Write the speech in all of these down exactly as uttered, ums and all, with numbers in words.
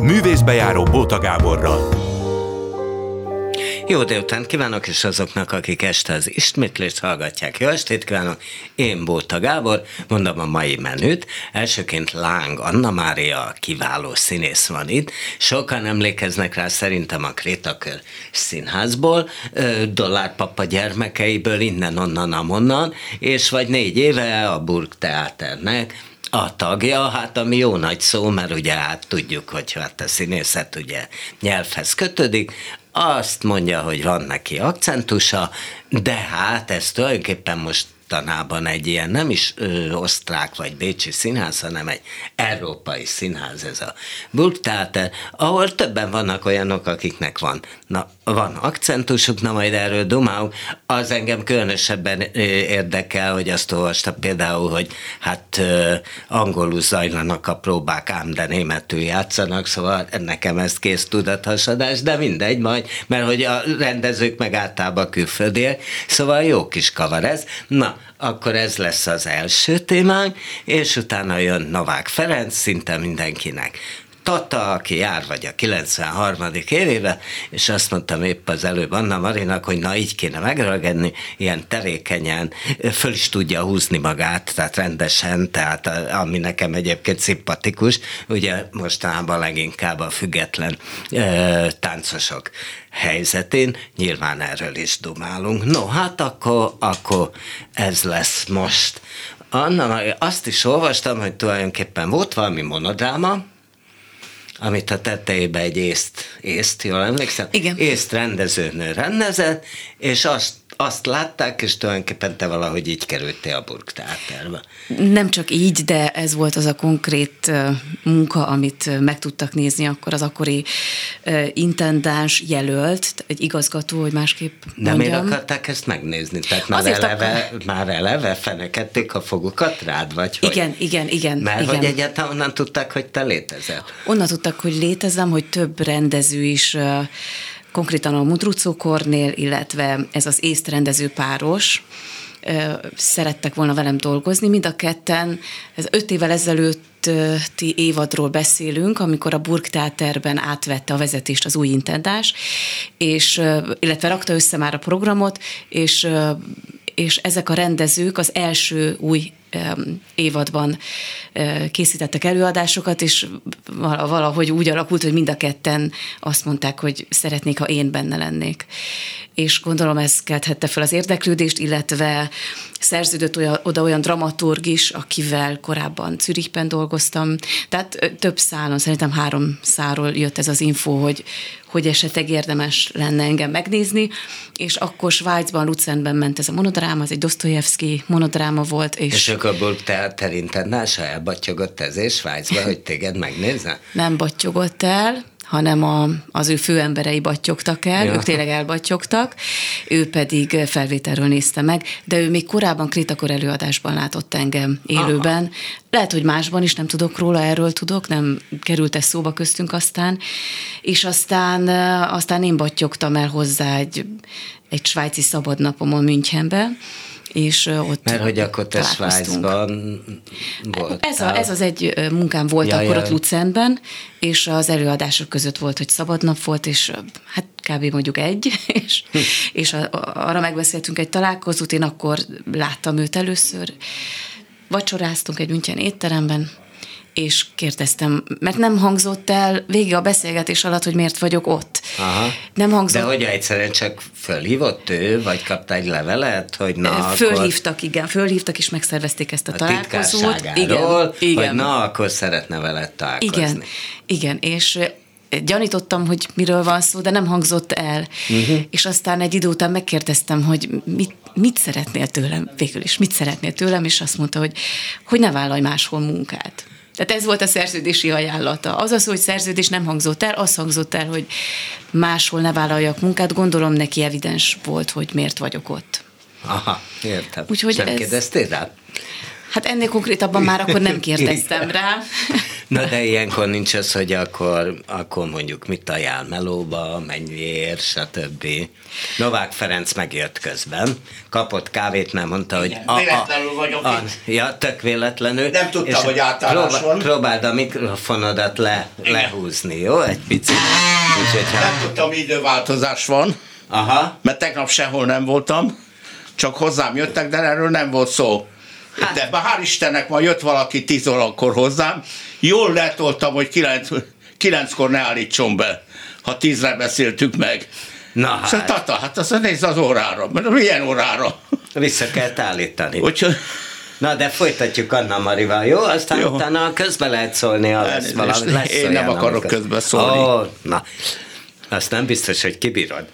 Művészbejáró Bóta Gáborral. Jó délután kívánok, és azoknak, akik este az ismétlést hallgatják. Jó estét kívánok, én Bóta Gábor, mondom a mai menüt. Elsőként Láng Anna Mária, kiváló színész van itt. Sokan emlékeznek rá szerintem a Krétakör színházból, Dollárpapa gyermekeiből, innen, onnan, amonnan, és vagy négy éve a Burgtheaternek a tagja, hát ami jó nagy szó, mert ugye hát tudjuk, hogy hát a színészet ugye nyelvhez kötődik, azt mondja, hogy van neki akcentusa, de hát ez tulajdonképpen most tanában egy ilyen nem is ö, osztrák vagy bécsi színház, hanem egy európai színház, ez a Burgtheater, ahol többen vannak olyanok, akiknek van, na, van akcentusuk, na majd erről dumálunk. Az engem különösebben érdekel, hogy azt olvastam például, hogy hát ö, angolul zajlanak a próbák, ám de németül játszanak, szóval nekem ez kész tudathasadás, de mindegy majd, mert hogy a rendezők meg általában külföldiek, szóval jó kis kavar ez. Na, akkor ez lesz az első témánk, és utána jön Novák Ferenc, szinte mindenkinek Tata, aki jár vagy a kilencvenharmadik évébe, és azt mondtam épp az előbb Anna Marinak, hogy na így kéne megragadni, ilyen tevékenyen, föl is tudja húzni magát, tehát rendesen, tehát ami nekem egyébként szimpatikus, ugye mostanában leginkább a független e, táncosok helyzetén, nyilván erről is dumálunk. No, hát akkor, akkor ez lesz most. Anna, azt is olvastam, hogy tulajdonképpen volt valami monodráma, amit a tetejében egy észt, észt, jól emlékszem? Igen. Észt rendezőnő rendezett, és azt, azt látták, és tulajdonképpen te valahogy így kerültél a Burgtheaterbe. Nem csak így, de ez volt az a konkrét munka, amit meg tudtak nézni akkor az akkori intendáns jelölt, egy igazgató, hogy másképp mondjam. De miért akarták ezt megnézni? Tehát már eleve, akar... már eleve fenekedték a fogukat rád, vagy hogy? Igen, igen, igen. Mert igen. hogy egyáltalán onnan tudták, hogy te létezel? Onnan tudtak, hogy létezem, hogy több rendező is, konkrétan a Mudruczó Kornél, illetve ez az észt rendező páros, szerettek volna velem dolgozni. Mind a ketten, ez öt évvel ezelőtti évadról beszélünk, amikor a Burgtheaterben átvette a vezetést az új intendás, és, illetve rakta össze már a programot, és, és ezek a rendezők az első új évadban készítettek előadásokat, és valahogy úgy alakult, hogy mind a ketten azt mondták, hogy szeretnék, ha én benne lennék. És gondolom ez kelthette fel az érdeklődést, illetve szerződött olyan, oda olyan dramaturg is, akivel korábban Zürichben dolgoztam. Tehát több szálon, szerintem három szálról jött ez az info, hogy, hogy esetleg érdemes lenne engem megnézni, és akkor Svájcban, Luzernben ment ez a monodráma, ez egy Dostoyevsky monodráma volt. És, és akkor a Burgtheater intendása elbattyogott ezért Svájcba, hogy téged megnézne? Nem battyogott el, hanem a, az ő főemberei battyogtak el, ja. Ők tényleg elbattyogtak, ő pedig felvételről nézte meg, de ő még korábban Krétakor előadásban látott engem élőben. Aha. Lehet, hogy másban is, nem tudok róla, erről tudok, nem került ez szóba köztünk aztán, és aztán, aztán én battyogtam el hozzá egy, egy svájci szabadnapomon Münchenbe, és ott mert hogy akkor te Svájcban voltál. Ez, a, ez az egy munkám volt ja, akkor ja. ott Luzernben, és az előadások között volt, hogy szabadnap volt, és hát kb. Mondjuk egy, és, hm. és a, arra megbeszéltünk egy találkozót, én akkor láttam őt először, vacsoráztunk egy München étteremben, és kérdeztem, mert nem hangzott el végig a beszélgetés alatt, hogy miért vagyok ott. Aha. Nem hangzott. De hogy egyszerűen csak fölhívott ő, vagy kapta egy levelet, hogy na Fölhívtak, akkor... igen, fölhívtak, és megszervezték ezt a, a találkozót. Igen, igen. Hogy na, akkor szeretne veled találkozni. Igen, igen, és gyanítottam, hogy miről van szó, de nem hangzott el. Uh-huh. És aztán egy idő után megkérdeztem, hogy mit, mit szeretnél tőlem, végül is, mit szeretnél tőlem, és azt mondta, hogy, hogy ne vállalj máshol munkát. Tehát ez volt a szerződési ajánlata. Az az, hogy szerződés nem hangzott el, az hangzott el, hogy máshol ne vállaljak munkát. Gondolom neki evidens volt, hogy miért vagyok ott. Aha, értem. Úgyhogy nem ez... kérdeztél rá? Hát ennél konkrétabban már akkor nem kérdeztem rá. Na de ilyenkor nincs az, hogy akkor, akkor mondjuk mit ajánl melóba, mennyiért, stb. Novák Ferenc megjött közben, kapott kávét, mert mondta, hogy... A, véletlenül vagyok a, itt. Ja, tök véletlenül. Nem tudtam, hogy átállás próbál, van. Próbáld a mikrofonodat le, lehúzni, jó? Egy picit. Úgyhogy, Nem hát... tudtam, időváltozás van, Aha. mert tegnap sehol nem voltam, csak hozzám jöttek, de erről nem volt szó. Hát. De hál' Istennek ma jött valaki tíz órakor hozzám, jól letoltam, hogy kilenc, kilenckor ne állítson be, ha tízre beszéltük meg. Na hát. Szóval tata, hát azt nézd az órára, mert milyen órára? Vissza kell állítani. Úgyhogy... Na, de folytatjuk Anna Marival, jó? Aztán jó. Utána közbe lehet szólni, ha lesz valami. Lesz Én olyan, nem akarok amikor... közbe szólni. Oh, na, azt nem biztos, hogy kibírod.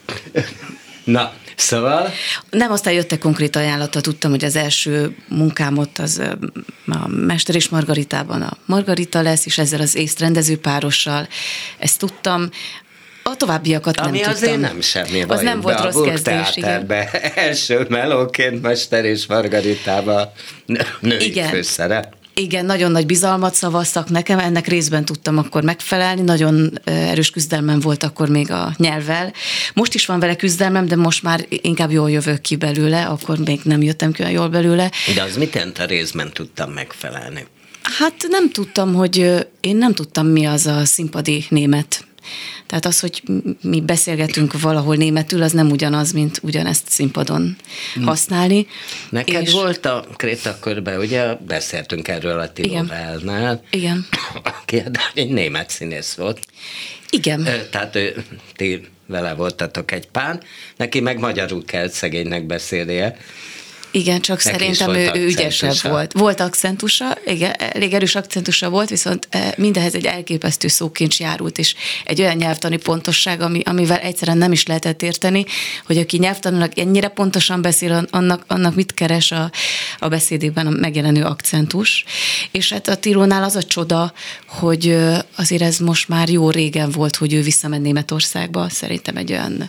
Na, szóval... Nem, aztán jöttek konkrét ajánlata, tudtam, hogy az első munkámot az a Mester és Margaritában a Margarita lesz, és ezzel az észtrendező párossal, ezt tudtam. A továbbiakat nem Ami tudtam. azért nem semmi baj. Az nem volt rossz kezdés, igen. Első melóként Mester és Margaritában női igen. főszerep. Igen, nagyon nagy bizalmat szavaztak nekem, ennek részben tudtam akkor megfelelni, nagyon erős küzdelmem volt akkor még a nyelvvel. Most is van vele küzdelmem, de most már inkább jól jövök ki belőle, akkor még nem jöttem ki olyan jól belőle. De az mit jelent, a részben tudtam megfelelni? Hát nem tudtam, hogy én nem tudtam, mi az a színpadi német. Tehát az, hogy mi beszélgetünk valahol németül, az nem ugyanaz, mint ugyanezt színpadon használni. Neked és... volt a Krétakörben, ugye beszéltünk erről a Tilo Wellnál. Igen. Aki egy német színész volt. Igen. Tehát ő, ti vele voltatok egy pár, neki meg magyarul kell szegénynek beszélnie. Igen, csak neki szerintem ő, ő ügyesebb volt. Volt akcentusa, igen, elég erős akcentusa volt, viszont mindenhez egy elképesztő szókincs járult, és egy olyan nyelvtani pontosság, ami, amivel egyszerűen nem is lehetett érteni, hogy aki nyelvtanilag ennyire pontosan beszél, annak, annak mit keres a, a beszédében a megjelenő akcentus. És hát a Tilónál az a csoda, hogy azért ez most már jó régen volt, hogy ő visszament Németországba, szerintem egy olyan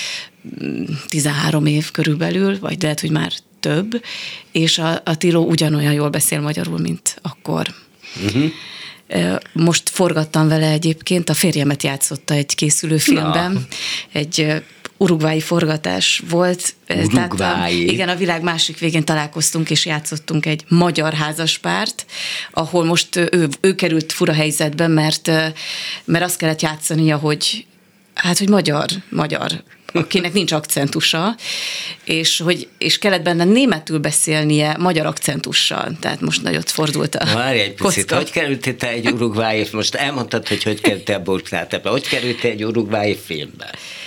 tizenhárom év körülbelül, vagy lehet, hogy már több, és a, a Tiló ugyanolyan jól beszél magyarul, mint akkor. Uh-huh. Most forgattam vele egyébként, a férjemet játszotta egy készülő filmben, Na. egy urugvái forgatás volt. Urugvái. Igen, a világ másik végén találkoztunk, és játszottunk egy magyar házaspárt, ahol most ő, ő került fura helyzetbe, mert, mert azt kellett játszania, hogy hát, hogy magyar, magyar, akinek nincs akcentusa, és, hogy, és kellett benne németül beszélnie magyar akcentussal, tehát most nagyot fordult a Várj egy picit, kocka. Hogy kerültél te egy urugvái, most elmondtad, hogy hogy kerültél a Burgtheaterbe, hogy kerültél egy urugvái filmbe?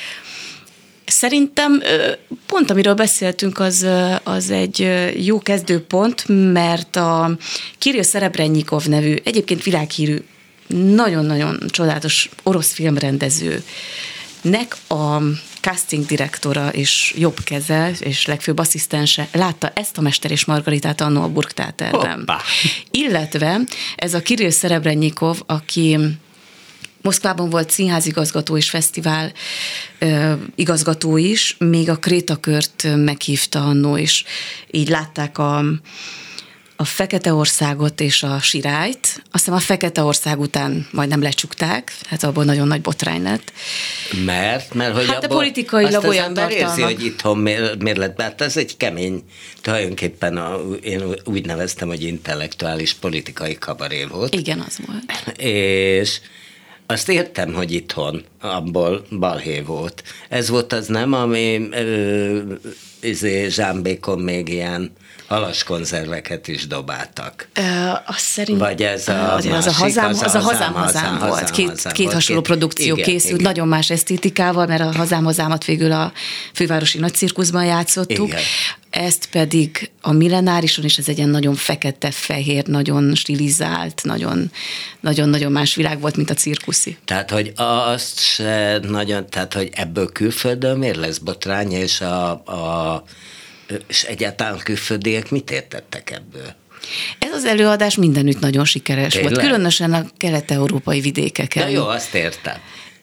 Szerintem pont amiről beszéltünk, az, az egy jó kezdőpont, mert a Kirill Serebrennikov nevű, egyébként világhírű, nagyon-nagyon csodálatos orosz filmrendező nek a casting direktora és jobb keze és legfőbb asszisztense látta ezt a Mester és Margaritát annó a Burgtheaterben. Hoppá. Illetve ez a Kirill Serebrennikov, aki Moszkvában volt színházigazgató és fesztivál ö, igazgató is, még a Krétakört meghívta annó, és így látták a a Feketeországot és a Sirályt, aztán a Feketeország után majdnem lecsukták, hát abból nagyon nagy botrány lett. Mert? Mert hogy hát abból, politikailag azt olyan az ember tartalmak. érzi, hogy itthon miért, miért lett, mert ez egy kemény, tulajdonképpen a, én úgy neveztem, hogy intellektuális politikai kabaré volt. Igen, az volt. És azt értem, hogy itthon abból balhé volt. Ez volt az nem, ami ö, izé, Zsámbékon még ilyen halaskonzerveket is dobáltak. Ö, azt szerint, Vagy ez a, az, az, a hazám, az, az a hazám, hazám, hazám volt. Két, hazám két volt. hasonló két, produkció igen, készült, igen. Nagyon más esztétikával, mert a hazám hazámat végül a fővárosi nagycirkuszban játszottuk. Igen. Ezt pedig a Millenárison, és ez egy ilyen nagyon fekete-fehér, nagyon stilizált, nagyon, nagyon-nagyon más világ volt, mint a cirkuszi. Tehát, hogy azt se nagyon, tehát, hogy ebből külföldön miért lesz botrány, és a, a és egyáltalán külföldiek mit értettek ebből? Ez az előadás mindenütt nagyon sikeres Tényleg? volt, különösen a kelet-európai vidékeken. Na jó, azt értem.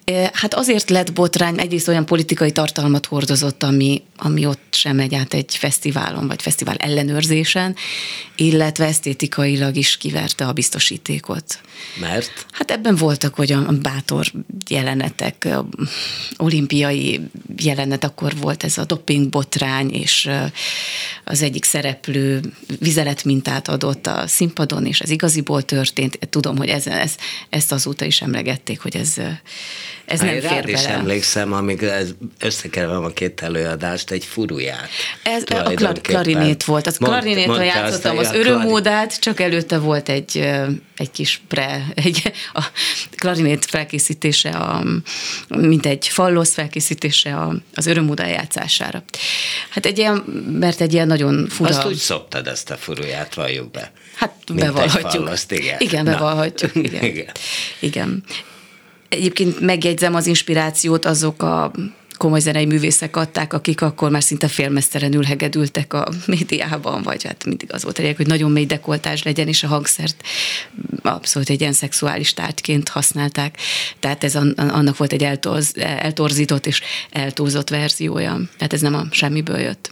Hát azért lett botrány, egyrészt olyan politikai tartalmat hordozott, ami, ami ott sem megy át egy fesztiválon, vagy fesztivál ellenőrzésen, illetve esztétikailag is kiverte a biztosítékot. Mert? Hát ebben voltak olyan bátor jelenetek, olimpiai jelenet, akkor volt ez a doping botrány, és az egyik szereplő vizeletmintát adott a színpadon, és ez igaziból történt. Tudom, hogy ez, ez, ezt azóta is emlegették, hogy ez, ez nem fér rád bele. is emlékszem, amíg összekerülem a két előadást, egy furuját. Ez a klar- klarinét volt. Az klarinéttel játszottam az örömmódát, csak előtte volt egy, egy kis pre, egy, a klarinét felkészítése, a, mint egy fallosz felkészítése a, az örömmóda játszására. Hát egy ilyen, mert egy ilyen nagyon fura... Azt úgy szoptad, ezt a furuját, valljuk be. Hát bevallhatjuk. Fallaszt, igen. Igen, bevallhatjuk. Igen. igen. igen. Egyébként megjegyzem az inspirációt, azok a komoly zenei művészek adták, akik akkor már szinte félmeztelenül hegedültek a médiában, vagy hát mindig az volt elég, hogy nagyon mély dekoltás legyen, és a hangszert abszolút egy ilyen szexuális tárgyként használták. Tehát ez annak volt egy eltorz, eltorzított és eltúlzott verziója. Tehát ez nem a semmiből jött.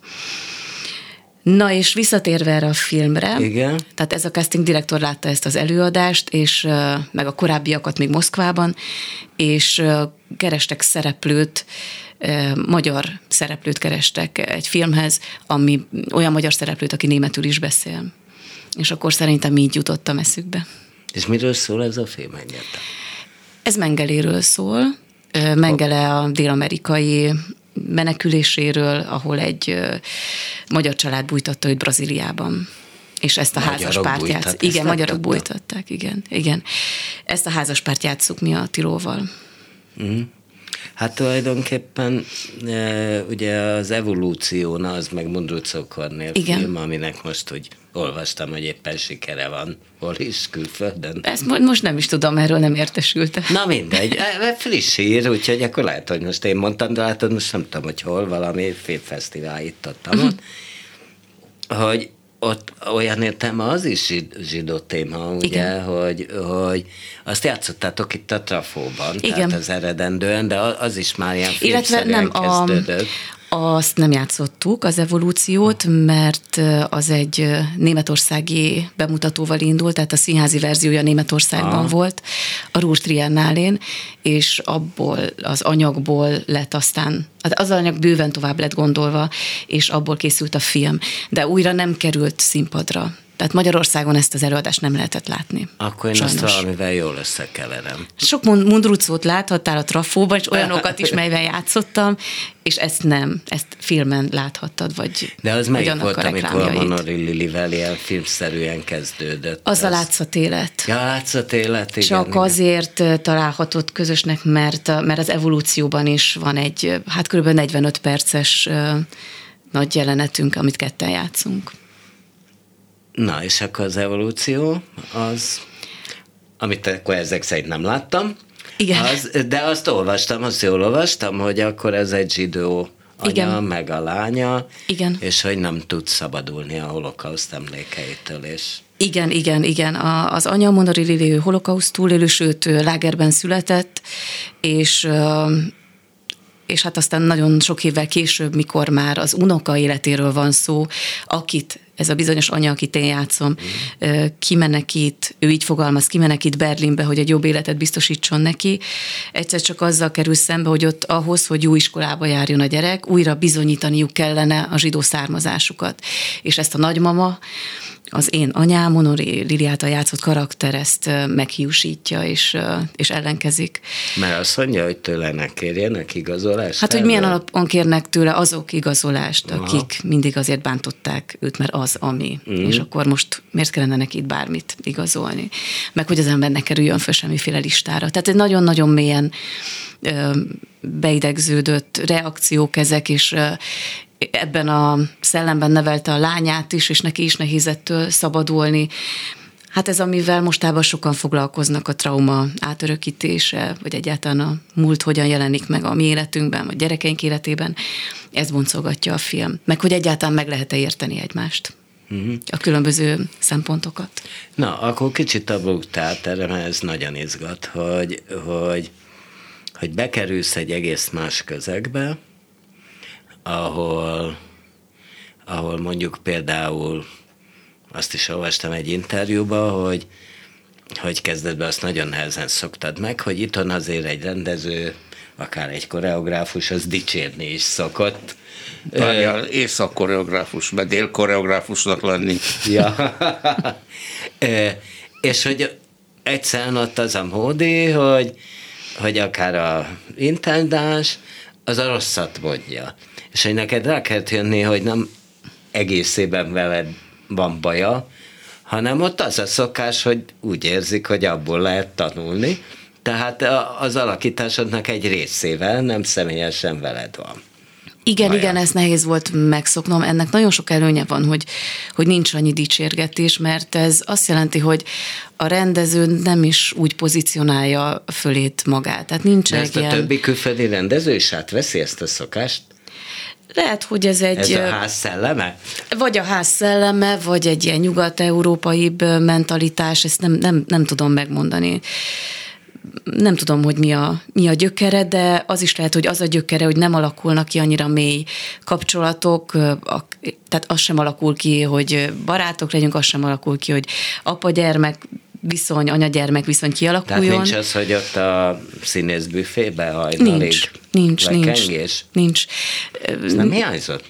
Na és visszatérve erre a filmre, igen. Tehát ez a casting direktor látta ezt az előadást, és meg a korábbiakat még Moszkvában, és kerestek szereplőt, magyar szereplőt kerestek egy filmhez, ami olyan magyar szereplőt, aki németül is beszél. És akkor szerintem így jutottam eszükbe. És miről szól ez a film egyáltalán? Ez Mengeléről szól. Mengele a dél-amerikai meneküléséről, ahol egy ö, magyar család bújtatta őt Brazíliában. És ezt a házaspárt játsz... Igen, magyarok bújtatták, igen, igen. Ezt a házaspárt játsszuk mi a Tilóval. Mm. Hát tulajdonképpen e, ugye az Evolúcióna, az meg Mundruczó Kornél film, aminek most úgy olvastam, hogy éppen sikere van. Hol is, külföldön? Ezt most nem is tudom, erről nem értesültem. Na mindegy, friss hír, úgyhogy akkor lehet, hogy most én mondtam, de látod, most nem tudom, hogy hol, valami filmfesztivál itt adtam uh-huh. ott, hogy ott olyan értelme az is zsidó téma, ugye, hogy, hogy azt játszottátok itt a Trafóban, igen. Tehát az eredendően, de az is már ilyen filmszerűen kezdődött. Azt nem játszottuk, az Evolúciót, mert az egy németországi bemutatóval indult, tehát a színházi verziója Németországban ah. volt, a Ruhr Triennálén, és abból, az anyagból lett aztán, az anyag bőven tovább lett gondolva, és abból készült a film, de újra nem került színpadra. Tehát Magyarországon ezt az előadást nem lehetett látni. Akkor én sajnos. Ezt valamivel jól összekeverem. Sok Mundruczót láthattál a Trafóban, és olyanokat is, melyben játszottam, és ezt nem, ezt filmen láthattad, vagy de az melyik volt, amikor a Monori Lilivel ilyen filmszerűen kezdődött? Az, az a Látszatélet. Ja, Látszatélet, igen. Csak igen. azért találhatott közösnek, mert, mert az Evolúcióban is van egy, hát kb. negyvenöt perces uh, nagy jelenetünk, amit ketten játszunk. Na, és akkor az Evolúció, az, amit akkor ezek szerint nem láttam, igen. Az, de azt olvastam, azt jól olvastam, hogy akkor ez egy zsidó anya, igen. meg a lánya, igen. és hogy nem tud szabadulni a holokauszt emlékeitől, és... Igen, igen, igen. A, az anya, Monori Lili, holokauszt túlélő, sőt, lágerben született, és... és hát aztán nagyon sok évvel később, mikor már az unoka életéről van szó, akit, ez a bizonyos anya, akit én játszom, mm. kimenekít, ő így fogalmaz, kimenekít Berlinbe, hogy egy jobb életet biztosítson neki. Egyszer csak azzal kerül szembe, hogy ott ahhoz, hogy jó iskolába járjon a gyerek, újra bizonyítaniuk kellene a zsidó származásukat. És ezt a nagymama, az én anyám, Monori Lili által játszott karakter ezt meghiúsítja, és, és ellenkezik. Mert azt mondja, hogy tőle ne kérjenek igazolást? Hát, hogy milyen alapon kérnek tőle azok igazolást, aha. akik mindig azért bántották őt, mert az, ami. Mm. És akkor most miért kellene neki itt bármit igazolni? Meg hogy az ember ne kerüljön föl semmiféle listára. Tehát egy nagyon-nagyon mélyen ö, beidegződött reakciók ezek, és ö, ebben a szellemben nevelte a lányát is, és neki is nehézettől szabadulni. Hát ez, amivel mostában sokan foglalkoznak, a trauma átörökítése, vagy egyáltalán a múlt hogyan jelenik meg a mi életünkben, vagy gyerekeink életében, ez boncolgatja a film. Meg hogy egyáltalán meg lehet-e érteni egymást. Uh-huh. A különböző szempontokat. Na, akkor kicsit abruktál erre, mert ez nagyon izgat, hogy, hogy hogy bekerülsz egy egész más közegbe, ahol, ahol mondjuk például azt is olvastam egy interjúba, hogy, hogy kezdetben azt nagyon nehezen szoktad meg, hogy itthon azért egy rendező, akár egy koreográfus, az dicsérni is szokott. Várjál, észak-koreográfus, mert dél-koreográfusnak lenni. Ja. És hogy egyszerűen ott az a módi, hogy, hogy akár a intendáns, az a rosszat mondja. És hogy neked rá kell jönni, hogy nem egészében veled van baja, hanem ott az a szokás, hogy úgy érzik, hogy abból lehet tanulni, tehát az alakításodnak egy részével, nem személyesen veled van. Igen, Vajon. igen, ez nehéz volt megszoknom. Ennek nagyon sok előnye van, hogy, hogy nincs annyi dicsérgetés, mert ez azt jelenti, hogy a rendező nem is úgy pozícionálja fölét magát. Tehát nincs De egy ezt a ilyen... többi külföldi rendező is átveszi ezt a szokást? Lehet, hogy ez egy... Ez a ház szelleme? Vagy a ház szelleme, vagy egy ilyen nyugat-európaibb mentalitás, ezt nem, nem, nem tudom megmondani. Nem tudom, hogy mi a, mi a gyökere, de az is lehet, hogy az a gyökere, hogy nem alakulnak ki annyira mély kapcsolatok, a, tehát az sem alakul ki, hogy barátok legyünk, az sem alakul ki, hogy apa-gyermek viszony, anya-gyermek viszony kialakuljon. Tehát nincs az, hogy ott a színész büfébe hajnalig Nincs, nincs, nincs, nincs. Ez nem hiányzott?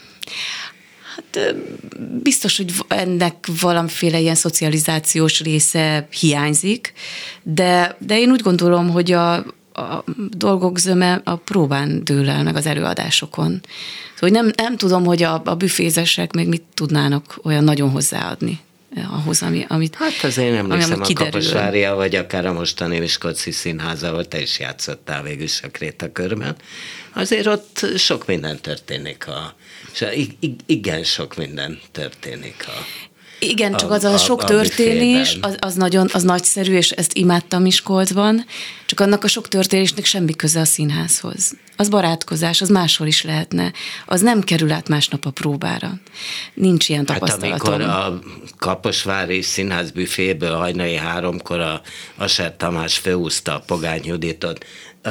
Hát biztos, hogy ennek valamiféle ilyen szocializációs része hiányzik, de, de én úgy gondolom, hogy a, a dolgok zöme a próbán dől el, meg az előadásokon. Szóval nem, nem tudom, hogy a, a büfézesek még mit tudnának olyan nagyon hozzáadni ahhoz, ami, amit Hát azért nem emlékszem, a kiderül. Kaposvária, vagy akár a mostani Miskolci Színháza, ahol te is játszottál végül is a Krétakörben. Azért ott sok minden történik. A, igen, sok minden történik. A, Igen, csak az a, a sok a történés, az, az nagyon az nagyszerű, és ezt imádtam Miskolcban, csak annak a sok történésnek semmi köze a színházhoz. Az barátkozás, az máshol is lehetne. Az nem kerül át másnap a próbára. Nincs ilyen tapasztalatom. Hát amikor a Kaposvári Színház büféből hajnali háromkor a Asser Tamás főúzta a Pogány Juditot,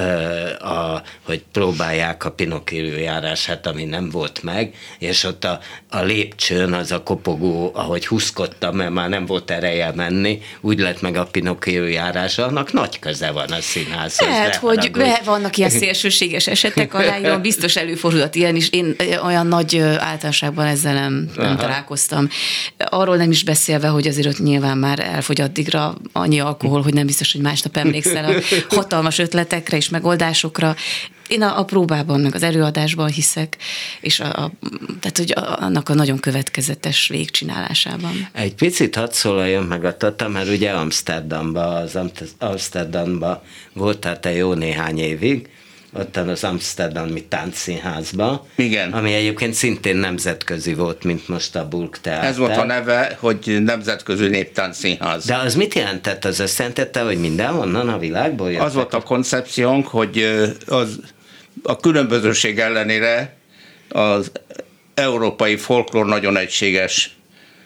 A, hogy próbálják a Pinocchio járását, ami nem volt meg, és ott a, a lépcsőn az a kopogó, ahogy huszkodtam, mert már nem volt ereje menni, úgy lett meg a Pinocchio járása, annak nagy köze van a színházhoz. Lehet, hogy vannak ilyen szélsőséges esetek, aláírom, biztos előfordulhat ilyen is. Én olyan nagy általánosságban ezzel nem, nem találkoztam. Arról nem is beszélve, hogy azért ott nyilván már elfogy addigra annyi alkohol, hogy nem biztos, hogy másnap emlékszel a hatalmas ötletekre és megoldásokra. Én a, a próbában, meg az előadásban hiszek, és a, a, tehát, hogy a, annak a nagyon következetes végcsinálásában. Egy picit hadd szólaljon meg a Tata, mert ugye Amsterdamba, az Amsterdamba voltál te jó néhány évig, ottan az Amsterdami Táncszínházba, Igen. Ami egyébként szintén nemzetközi volt, mint most a Burg Teáter. Ez volt a neve, hogy Nemzetközi Néptáncszínház. De az mit jelentett? Az azt jelentette, hogy mindenhonnan a világból jöttek? Az volt a koncepciónk, hogy az a különbözőség ellenére az európai folklór nagyon egységes.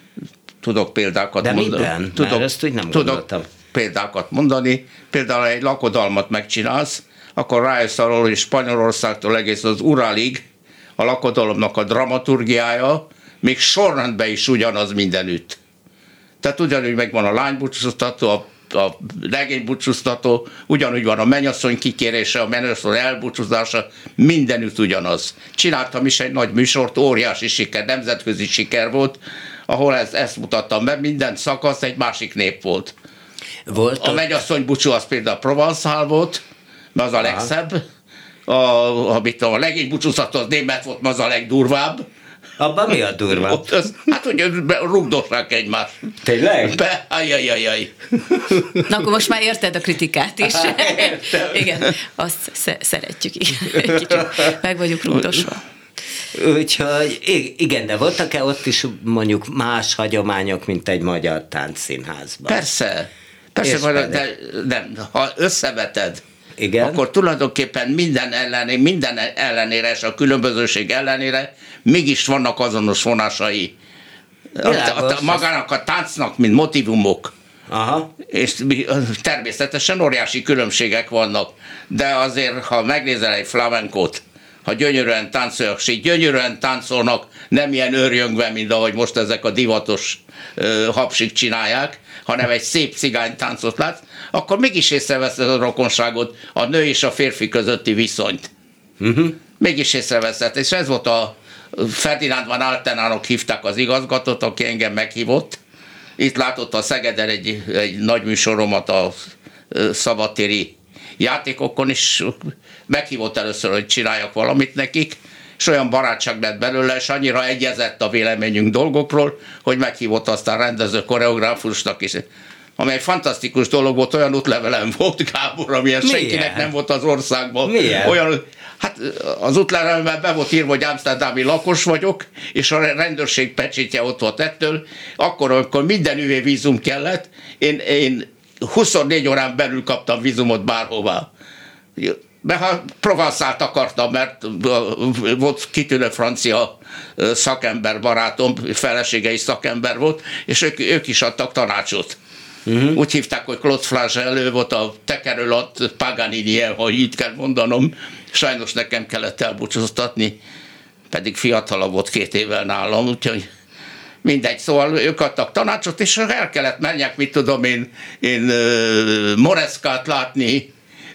Tudok példákat De mondani. miben? Tudok, Már ezt úgy nem tudok gondoltam. példákat mondani. Például egy lakodalmat megcsinálsz, akkor rájössz arról, hogy Spanyolországtól egész az Uralig a lakodalomnak a dramaturgiája még sorrendben is ugyanaz mindenütt. Tehát ugyanúgy megvan a lánybúcsúztató, a, a legénybúcsúztató, ugyanúgy van a mennyasszony kikérése, a mennyasszony elbúcsúzása, mindenütt ugyanaz. Csináltam is egy nagy műsort, óriási siker, nemzetközi siker volt, ahol ezt, ezt mutattam be, minden szakasz egy másik nép volt. Volt a mennyasszony búcsú az például Provençal volt, mert az a legszebb, a, amit a legény búcsúztató az német volt, mert az a legdurvább. Abban mi a durva? Ott az, hát, hogy rugdossák egymást. Tényleg? Be, ajajajaj. Na, akkor most már érted a kritikát is. Igen, azt sze- szeretjük. Kicsit meg vagyunk rugdosva. Úgyhogy igen, de voltak-e ott is mondjuk más hagyományok, mint egy magyar táncszínházban? Persze. Persze, de, de, de ha összeveted, igen? akkor tulajdonképpen minden ellenére, minden ellenére és a különbözőség ellenére mégis vannak azonos vonásai. A, a, a, magának a táncnak, mint motivumok. Aha. És természetesen óriási különbségek vannak, de azért, ha megnézel egy flamenkót, ha gyönyörűen táncolnak, és gyönyörűen táncolnak, nem ilyen őrjöngve, mint ahogy most ezek a divatos uh, hapsik csinálják, hanem egy szép cigány táncot látsz, akkor mégis észreveszed a rokonságot, a nő és a férfi közötti viszonyt. Uh-huh. Mégis észreveszed. És ez volt a Ferdinand van Altenának hívták az igazgatót, aki engem meghívott. Itt látott a Szegeden egy, egy nagy műsoromat a szabadtéri játékokon, és meghívott először, hogy csináljak valamit nekik, és olyan barátság lett belőle, és annyira egyezett a véleményünk dolgokról, hogy meghívott aztán rendező koreográfusnak is. Ami egy fantasztikus dolog volt, olyan útlevelem volt, Gábor, amilyen Milyen? senkinek nem volt az országban. Milyen? Olyan, hát az útlevelemben be volt írva, hogy amszterdámi lakos vagyok, és a rendőrség pecsítje ott volt ettől. Akkor, amikor minden üvé vízum kellett, én, én huszonnégy órán belül kaptam vízumot bárhová. Mert ha Provençalt akartam, mert volt kitűnő francia szakember barátom, felesége is szakember volt, és ők, ők is adtak tanácsot. Uh-huh. Úgy hívták, hogy Claude Flagel, ő volt a tekerőlat Paganini, ha így kell mondanom. Sajnos nekem kellett elbúcsúztatni, pedig fiatalabb volt két évvel nálam, úgyhogy mindegy, szóval ők adtak tanácsot, és el kellett menjek, mit tudom én, én uh, Moreszkát látni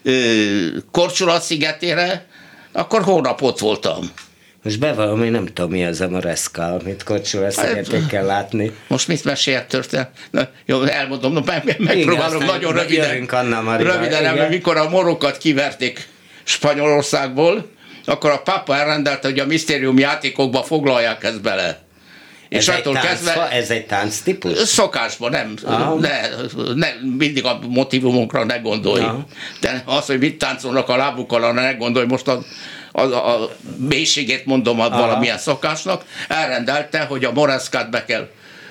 uh, Korcsula szigetére, akkor hónap ott voltam. Most bevallom, én nem tudom, mi az a Moreszka, amit Korcsula szigetén kell látni. Most mit mesélt történet? Na, jó, elmondom, no, meg, megpróbálom igen, nagyon röviden. Röviden, mert mikor a morokat kiverték Spanyolországból, akkor a pápa elrendelte, hogy a misztérium játékokba foglalják ezt bele. Ez és attól kezdve... Ez egy tánctípus? Szokásban, nem. Ne, ne, mindig a motivumunkra ne gondolj. Aha. De az, hogy mit táncolnak a lábukkal, ne gondolj, most a, a, a mélységét mondom a valamilyen szokásnak. Elrendelte, hogy a Moreszkát be kell,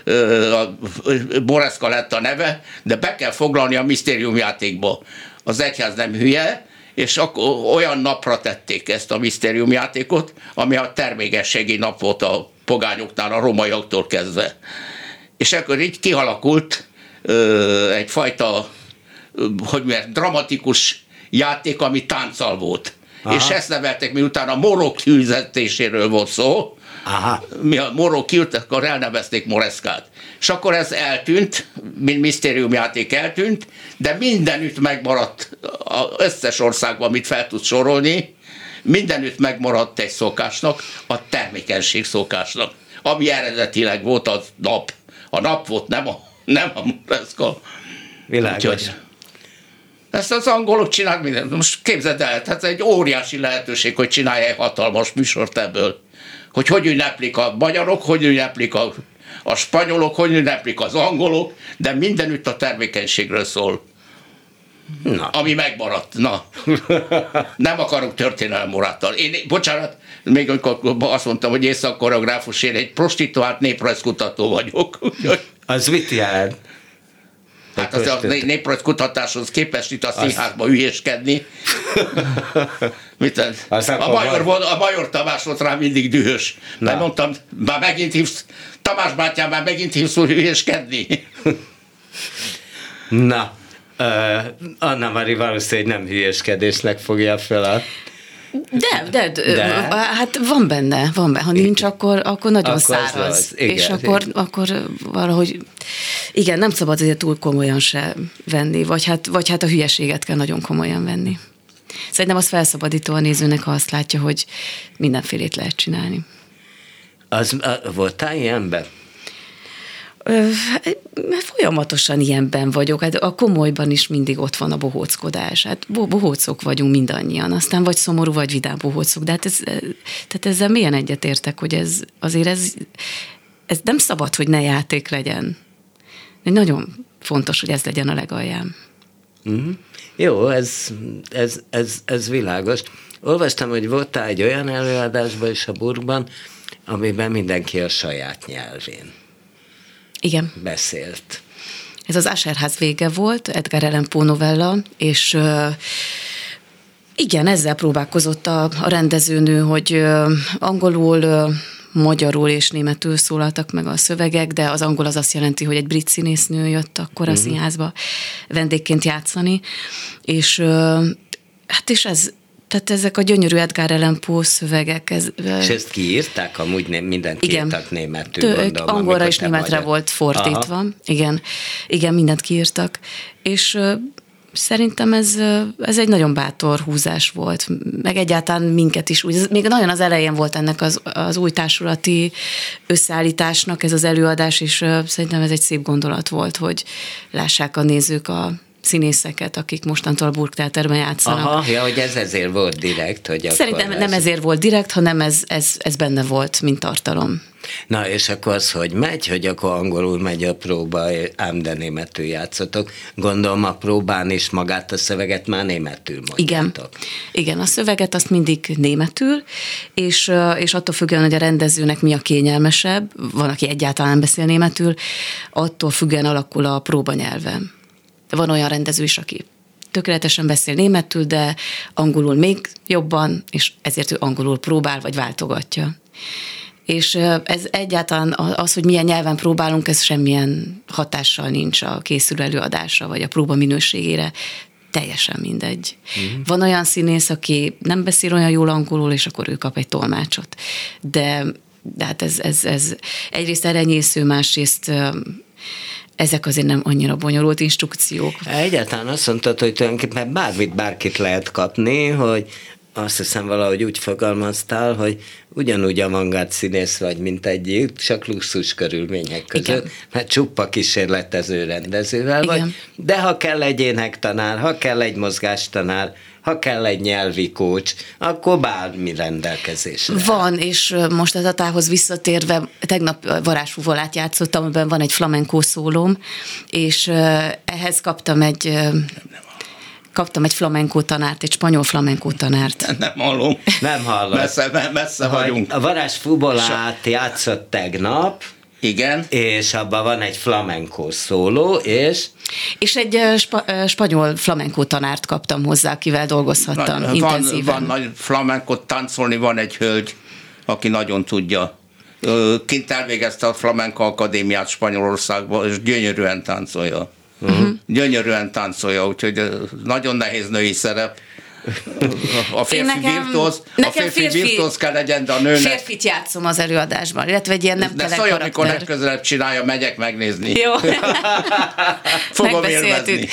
a Moreszka lett a neve, de be kell foglalni a misztériumjátékba. Az egyház nem hülye, és akkor olyan napra tették ezt a misztériumjátékot, ami a termékenységi nap volt a pogányoknál, a romaiaktól kezdve. És akkor így kialakult ö, egyfajta ö, hogy mondjam, dramatikus játék, ami tánccal volt. Aha. És ezt neveltek, miután a morok hűzetéséről volt szó. Aha. Mi a morok kiült, akkor elnevezték Moreszkát. És akkor ez eltűnt, mint misztériumjáték eltűnt, de mindenütt megmaradt az összes országban, amit fel tud sorolni, mindenütt megmaradt egy szokásnak, a termékenység szokásnak, ami eredetileg volt a nap. A nap volt, nem a, nem a Moreszka. Világos. Úgyhogy ezt az angolok csinálják mindent. Most képzeld el, tehát egy óriási lehetőség, hogy csinálja egy hatalmas műsort ebből. Hogy hogy ünneplik a magyarok, hogy ünneplik a, a spanyolok, hogy ünneplik az angolok, de mindenütt a termékenységről szól. Na. Ami megmaradt. Na. Nem akarok történelmoráttal. Én, bocsánat, még amikor azt mondtam, hogy észak-koreográfus, én egy prostituált néprajzkutató vagyok. Az mit jelent? Hát az a néprajzkutatáshoz képest itt a színházba hülyéskedni. Mit, a, Major, a Major Tamás volt rá mindig dühös. Mert mondtam, már megint hívsz, Tamás bátyám, már megint hívsz hülyéskedni. Na, uh, Anna Mari valószínűleg nem hülyéskedésnek fogja fel a... De, de, de, hát van benne, van benne. Ha nincs, akkor, akkor nagyon akkor száraz. Igen, és akkor, akkor valahogy, igen, nem szabad azért túl komolyan se venni, vagy hát, vagy hát a hülyeséget kell nagyon komolyan venni. Szerintem az felszabadító a nézőnek, ha azt látja, hogy mindenfélét lehet csinálni. Az, voltál ilyenben? Folyamatosan ilyenben vagyok, hát a komolyban is mindig ott van a bohóckodás. Hát bohócok vagyunk mindannyian, aztán vagy szomorú, vagy vidám bohócok, de hát ez, tehát ezzel milyen egyetértek, hogy ez azért ez, ez nem szabad, hogy ne játék legyen. De nagyon fontos, hogy ez legyen a legalján. Mm. Jó, ez, ez, ez, ez világos. Olvastam, hogy voltál egy olyan előadásban is a Burgban, amiben mindenki a saját nyelvén igen. beszélt. Ez az Aserház vége volt, Edgar Allan Poe novella, és uh, igen, ezzel próbálkozott a, a rendezőnő, hogy uh, angolul uh, magyarul és németül szólaltak meg a szövegek, de az angol az azt jelenti, hogy egy brit színésznő jött akkor a uh-huh. színházba vendégként játszani, és hát és ez, tehát ezek a gyönyörű Edgar Allan Poe szövegek. Ez, és ezt kiírták? Amúgy nem, mindent igen, kiírtak németül, tő, gondolom. Angolra és németre magyar. Volt fordítva. Aha. Igen, igen, mindent kiírtak. És szerintem ez, ez egy nagyon bátor húzás volt, meg egyáltalán minket is. Úgy, még nagyon az elején volt ennek az, az új társulati összeállításnak ez az előadás, és szerintem ez egy szép gondolat volt, hogy lássák a nézők a színészeket, akik mostantól a Burgtheaterben játszanak. Aha, ja, hogy ez ezért volt direkt, hogy szerintem akkor nem ez... ezért volt direkt, hanem ez, ez, ez benne volt, mint tartalom. Na, és akkor az, hogy megy, hogy akkor angolul megy a próba, ám de németül játszotok. Gondolom a próbán is magát a szöveget már németül mondjátok. Igen, igen, a szöveget azt mindig németül, és, és attól függően, hogy a rendezőnek mi a kényelmesebb, van, aki egyáltalán beszél németül, attól függően alakul a próbanyelve. Van olyan rendező is, aki tökéletesen beszél németül, de angolul még jobban, és ezért ő angolul próbál, vagy váltogatja. És ez egyáltalán az, hogy milyen nyelven próbálunk, ez semmilyen hatással nincs a készülő előadásra, vagy a próba minőségére. Teljesen mindegy. Uh-huh. Van olyan színész, aki nem beszél olyan jól angolul, és akkor ő kap egy tolmácsot. De, de hát ez, ez, ez egyrészt erenyésző, másrészt ezek azért nem annyira bonyolult instrukciók. Egyáltalán azt mondtad, hogy tulajdonképpen bármit bárkit lehet kapni, hogy azt hiszem valahogy úgy fogalmaztál, hogy ugyanúgy avantgárd színész vagy, mint egyik, csak luxus körülmények között, igen. Mert csupa kísérletező rendezővel igen. Vagy, de ha kell egy énektanár, ha kell egy mozgástanár, ha kell egy nyelvi kócs, akkor bármi rendelkezésre. Van, és most a Tatához visszatérve, tegnap varázsfúvolát játszottam, amiben van egy flamenco szólóm, és ehhez kaptam egy... Kaptam egy flamenco tanárt, egy spanyol flamenco tanárt. Nem hallom. Nem hallom. Messze, messze vagyunk. A varázsfubolát játszott tegnap. Igen. És abban van egy flamenco szóló, és... És egy spa- spanyol flamenco tanárt kaptam hozzá, akivel dolgozhattam Na, intenzíven. Van, van nagy flamencot táncolni, van egy hölgy, aki nagyon tudja. Kint elvégezte a Flamenco Akadémiát Spanyolországban, és gyönyörűen táncolja. Uh-huh. Gyönyörűen táncolja, úgyhogy nagyon nehéz női szerep. A férfi nekem, virtuóz, a férfi, férfi virtuóz kell legyen, de a nőnek... Férfit játszom az előadásban, illetve egy ilyen nem tele karakter. De szólj, amikor legközelebb csinálja, megyek megnézni. Jó. Fogom élvezni.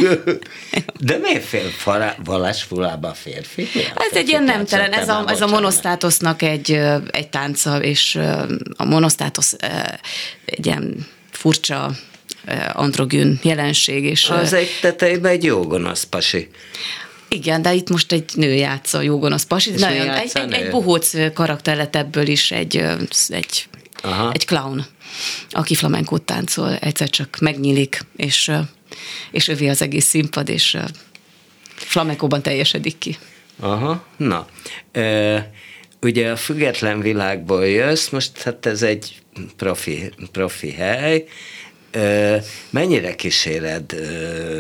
De miért fél varázsfulába a férfi? Ez egy ilyen nemtelen, ez a, ez a monosztátosznak egy, egy tánca, és a monosztátosz egy ilyen furcsa androgyn jelenség. És az egy tetejében egy jó gonosz pasi. Igen, de itt most egy nő játsza, jó gonosz pasi. Nagyon, egy, egy, egy bohóc karakter lett ebből is, egy, egy, egy clown, aki flamencót táncol, egyszer csak megnyílik, és, és övé az egész színpad, és flamencóban teljesedik ki. Aha, na. E, ugye a független világból jössz, most hát ez egy profi, profi hely. E, mennyire kíséred e,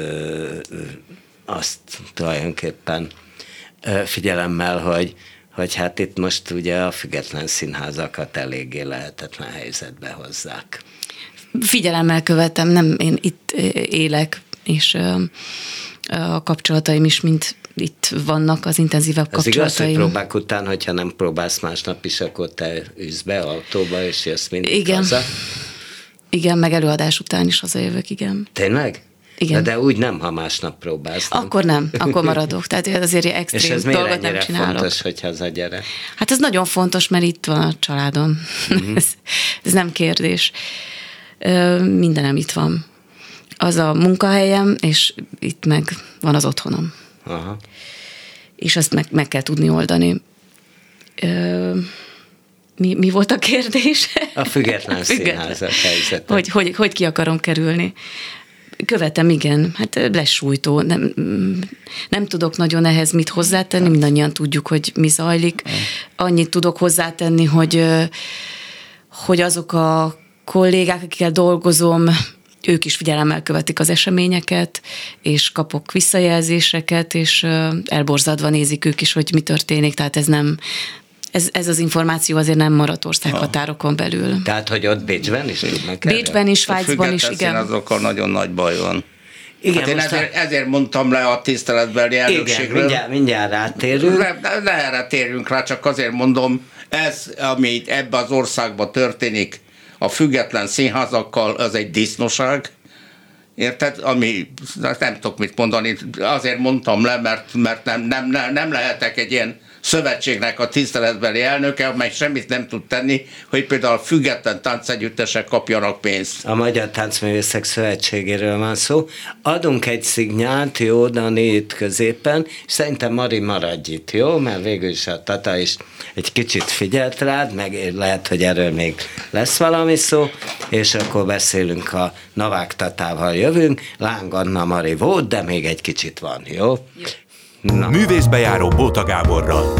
azt tulajdonképpen figyelemmel, hogy, hogy hát itt most ugye a független színházakat eléggé lehetetlen helyzetbe hozzák. Figyelemmel követem, nem én itt élek, és a kapcsolataim is mind itt vannak, az intenzívebb az kapcsolataim. Az igaz, hogy próbák után, hogyha nem próbálsz másnap is, akkor te ülsz be autóba, és jössz mindig igen. haza? Igen, meg előadás után is hazajövök, igen. Tényleg? Igen. De, de úgy nem, ha másnap próbálsz. Nem? Akkor nem, akkor maradok. Tehát azért extrém dolgot nem csinálok. És ez miért ennyire fontos, hogy hazagyere? Hát ez nagyon fontos, mert itt van a családom. Mm-hmm. ez, ez nem kérdés. Mindenem itt van. Az a munkahelyem, és itt meg van az otthonom. Aha. És azt meg, meg kell tudni oldani. Mi, mi volt a kérdés? A független színházak helyzete. Hogy, hogy, hogy ki akarom kerülni? Követem, igen, hát lesújtó. Nem, nem tudok nagyon ehhez mit hozzátenni, mindannyian tudjuk, hogy mi zajlik. Annyit tudok hozzátenni, hogy, hogy azok a kollégák, akikkel dolgozom, ők is figyelemmel követik az eseményeket, és kapok visszajelzéseket, és elborzadva nézik ők is, hogy mi történik, tehát ez nem, ez, ez az információ azért nem maradt országhatárokon belül. Tehát, hogy ott Bécsben is tudnak Bécsben is, Svájcban is, igen. Azokkal nagyon nagy baj van. Igen, hát én ezért, ezért mondtam le a tiszteletbeli elnökségről. Igen, mindjárt, mindjárt rátérünk. Ne, ne, ne erre térjünk rá, csak azért mondom, ez, ami ebben az országban történik, a független színházakkal, az egy disznóság. Érted? Ami, nem tudok mit mondani, azért mondtam le, mert, mert nem, nem, nem, nem lehetek egy ilyen szövetségnek a tiszteletbeli elnöke, amely semmit nem tud tenni, hogy például független táncegyüttesek kapjanak pénzt. A Magyar Táncművészek Szövetségéről van szó. Adunk egy szignált, jó, Dani itt középen, és szerintem Mari maradj itt, jó? Mert végül is a Tata is egy kicsit figyelt rád, meg lehet, hogy erről még lesz valami szó, és akkor beszélünk a Novák Tatával jövünk. Láng Anna Mari volt, de még egy kicsit van, jó? Jó. Na. Művészbejáró Bóta Gáborral.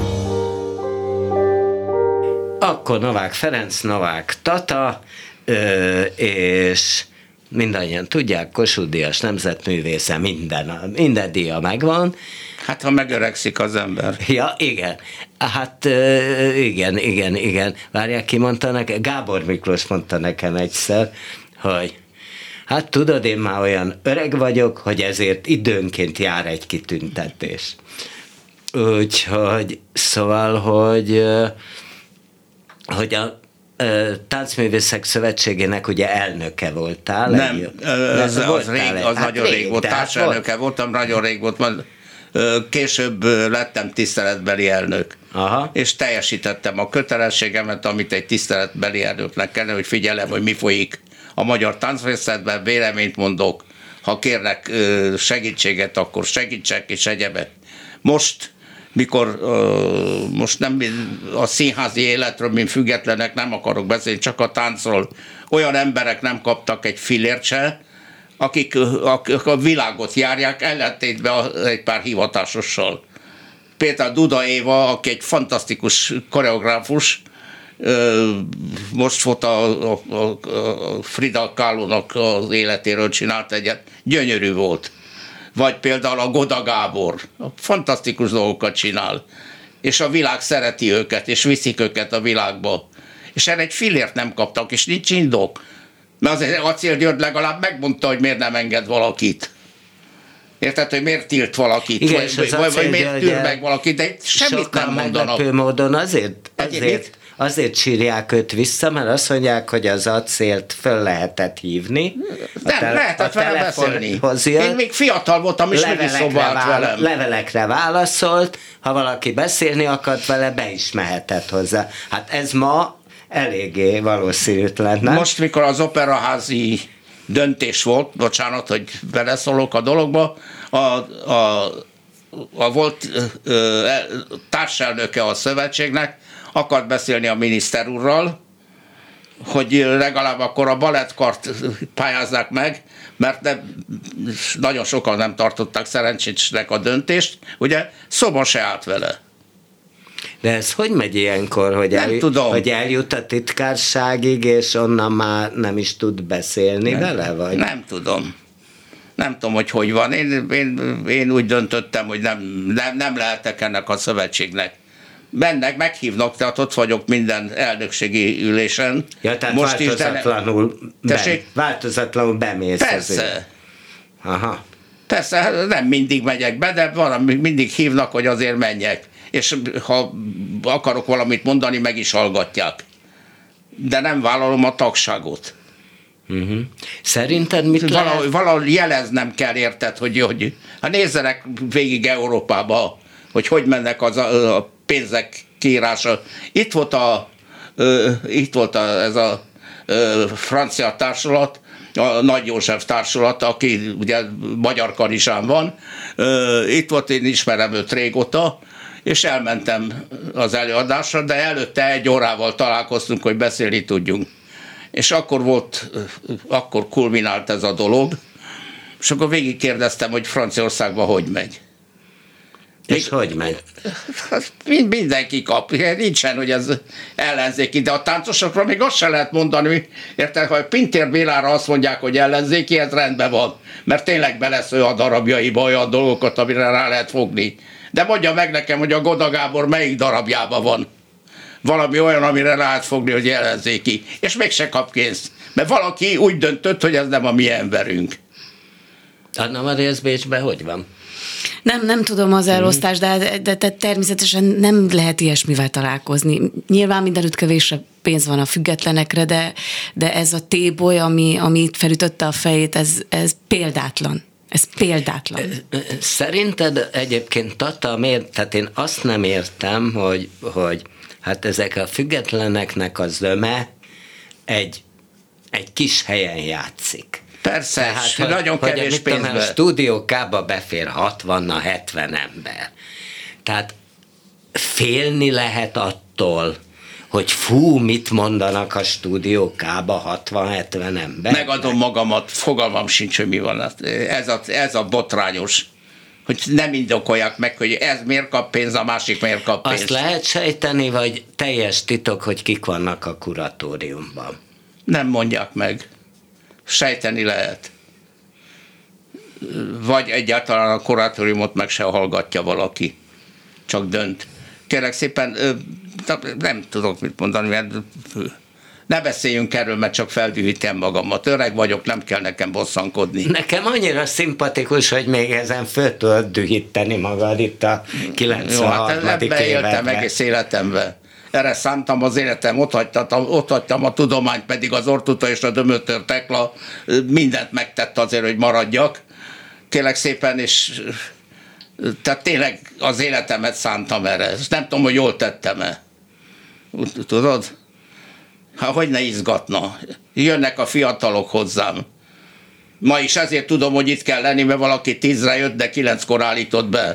Akkor Novák Ferenc, Novák Tata, ö, és mindannyian tudják, Kossuth Díjas nemzetművésze, minden, minden díja megvan. Hát, ha megöregszik az ember. Ja, igen. Hát ö, igen, igen, igen. Várják, ki mondta nekem? Gábor Miklós mondta nekem egyszer, hogy hát tudod, én már olyan öreg vagyok, hogy ezért időnként jár egy kitüntetés. Úgyhogy, szóval, hogy, hogy a Táncművészek Szövetségének ugye elnöke voltál. Nem, egy, az, az, az, rég, az hát nagyon rég, rég volt, társelnöke volt. voltam, nagyon rég volt, majd később lettem tiszteletbeli elnök. Aha. És teljesítettem a kötelességemet, amit egy tiszteletbeli elnöknek kellene, hogy figyelem, hogy mi folyik a magyar táncművészetben, véleményt mondok, ha kérnek segítséget, akkor segítsek és egyebet. Most, mikor most nem a színházi életről, mint függetlenek nem akarok beszélni, csak a táncról, olyan emberek nem kaptak egy fillért se, akik a világot járják, ellentétben egy pár hivatásossal. Például Duda Éva, aki egy fantasztikus koreográfus, most volt a, a, a Frida Kahlo-nak az életéről csinált egyet, gyönyörű volt. Vagy például a Goda Gábor, fantasztikus dolgokat csinál, és a világ szereti őket, és viszik őket a világba. És erre egy fillért nem kaptak, és nincs indok. Mert azért Acél György legalább megmondta, hogy miért nem enged valakit. Érted, hogy miért tilt valakit, igen, vagy, vagy, vagy miért tűr meg valakit, de semmit nem mondanak. Meglepő módon azért, azért, azért sírják őt vissza, mert azt mondják, hogy az Acélt föl lehetett hívni. Nem, te, lehetett vele beszélni. Én még fiatal voltam, és mégis szobált velem. Levelekre válaszolt, ha valaki beszélni akart vele, be is mehetett hozzá. Hát ez ma eléggé valószínűtlen, nem? Most, mikor az operaházi döntés volt, bocsánat, hogy beleszólok a dologba, a, a, a volt ö, társelnöke a szövetségnek akart beszélni a miniszter úrral, hogy legalább akkor a balettkart pályázzák meg, mert nem, nagyon sokan nem tartották szerencsésnek a döntést, ugye szóba se állt vele. De ez hogy megy ilyenkor, hogy, el, hogy eljut a titkárságig, és onnan már nem is tud beszélni nem, vele? Vagy? Nem tudom. Nem tudom, hogy hogy van. Én, én, én úgy döntöttem, hogy nem, nem, nem lehetek ennek a szövetségnek. Mennek, meghívnak, tehát ott vagyok minden elnökségi ülésen. Ja, tehát most változatlanul, is, de... ben, változatlanul bemész. Persze. Aha. Persze, nem mindig megyek be, de valami, mindig hívnak, hogy azért menjek. És ha akarok valamit mondani, meg is hallgatják. De nem vállalom a tagságot. Uh-huh. Szerinted mit valahogy, lehet? Valahogy jeleznem kell, érted, hogy, hogy hát nézzenek végig Európába, hogy hogy mennek az a, a pénzek kiírása. Itt volt, a, uh, itt volt a, ez a uh, francia társulat, a Nagy József társulat, aki ugye magyar karizsán van. Uh, itt volt, én ismerem őt régóta, és elmentem az előadásra, de előtte egy órával találkoztunk, hogy beszélni tudjunk. És akkor volt, akkor kulminált ez a dolog, és akkor végig kérdeztem, hogy Franciaországban hogy megy. És Még, hogy megy? Mindenki kap. Nincsen, hogy ez ellenzéki, de a táncosokról még azt sem lehet mondani, érted, ha Pintér Bélára azt mondják, hogy ellenzéki, ez rendben van, mert tényleg belesző a darabjaiba olyan dolgokat, amire rá lehet fogni. De mondja meg nekem, hogy a Goda Gábor melyik darabjában van. valami olyan, amire lehet fogni, hogy jelezzék ki. És mégse kap pénzt. Mert valaki úgy döntött, hogy ez nem a mi emberünk. Anna Maria, ez Bécsben hogy van? Nem, nem tudom az elosztást, de, de, de természetesen nem lehet ilyesmivel találkozni. Nyilván mindenütt kevésre pénz van a függetlenekre, de, de ez a téboly, ami, ami itt felütötte a fejét, ez, ez példátlan. Ez példátlan. Szerinted egyébként Tata miért, tehát én azt nem értem, hogy, hogy hát ezek a függetleneknek a zöme egy, egy kis helyen játszik. Persze, tehát, hogy, nagyon hogy, kevés hogy, pénzbe. A stúdiókába befér hatvan-hetven ember. Tehát félni lehet attól, hogy fú, mit mondanak a stúdiókába hatvan-hetven ember. Megadom magamat, fogalmam sincs, hogy mi van. Ez a, ez a botrányos, hogy nem indokolják meg, hogy ez miért kap pénz, a másik miért kap pénz. Azt lehet sejteni, vagy teljes titok, hogy kik vannak a kuratóriumban? Nem mondják meg. Sejteni lehet. Vagy egyáltalán a kuratóriumot meg se hallgatja valaki. Csak dönt. Kérlek szépen, nem tudok mit mondani, mert ne beszéljünk erről, mert csak feldühítem magamat. Öreg vagyok, nem kell nekem bosszankodni. Nekem annyira szimpatikus, hogy még ezen föl tudod dühíteni magad itt a kilencvenharmadik évben éltem években. egész életemben. Erre szántam az életem, ott hagytam, ott hagytam a tudományt, pedig az Ortuta és a Dömötör Tekla mindent megtett azért, hogy maradjak. Kérlek szépen, és tehát tényleg az életemet szántam erre. Ezt nem tudom, hogy jól tettem-e. Tudod? Hát hogy ne izgatna. Jönnek a fiatalok hozzám. Ma is ezért tudom, hogy itt kell lenni, mert valaki tízre jött, de kilenckor állított be.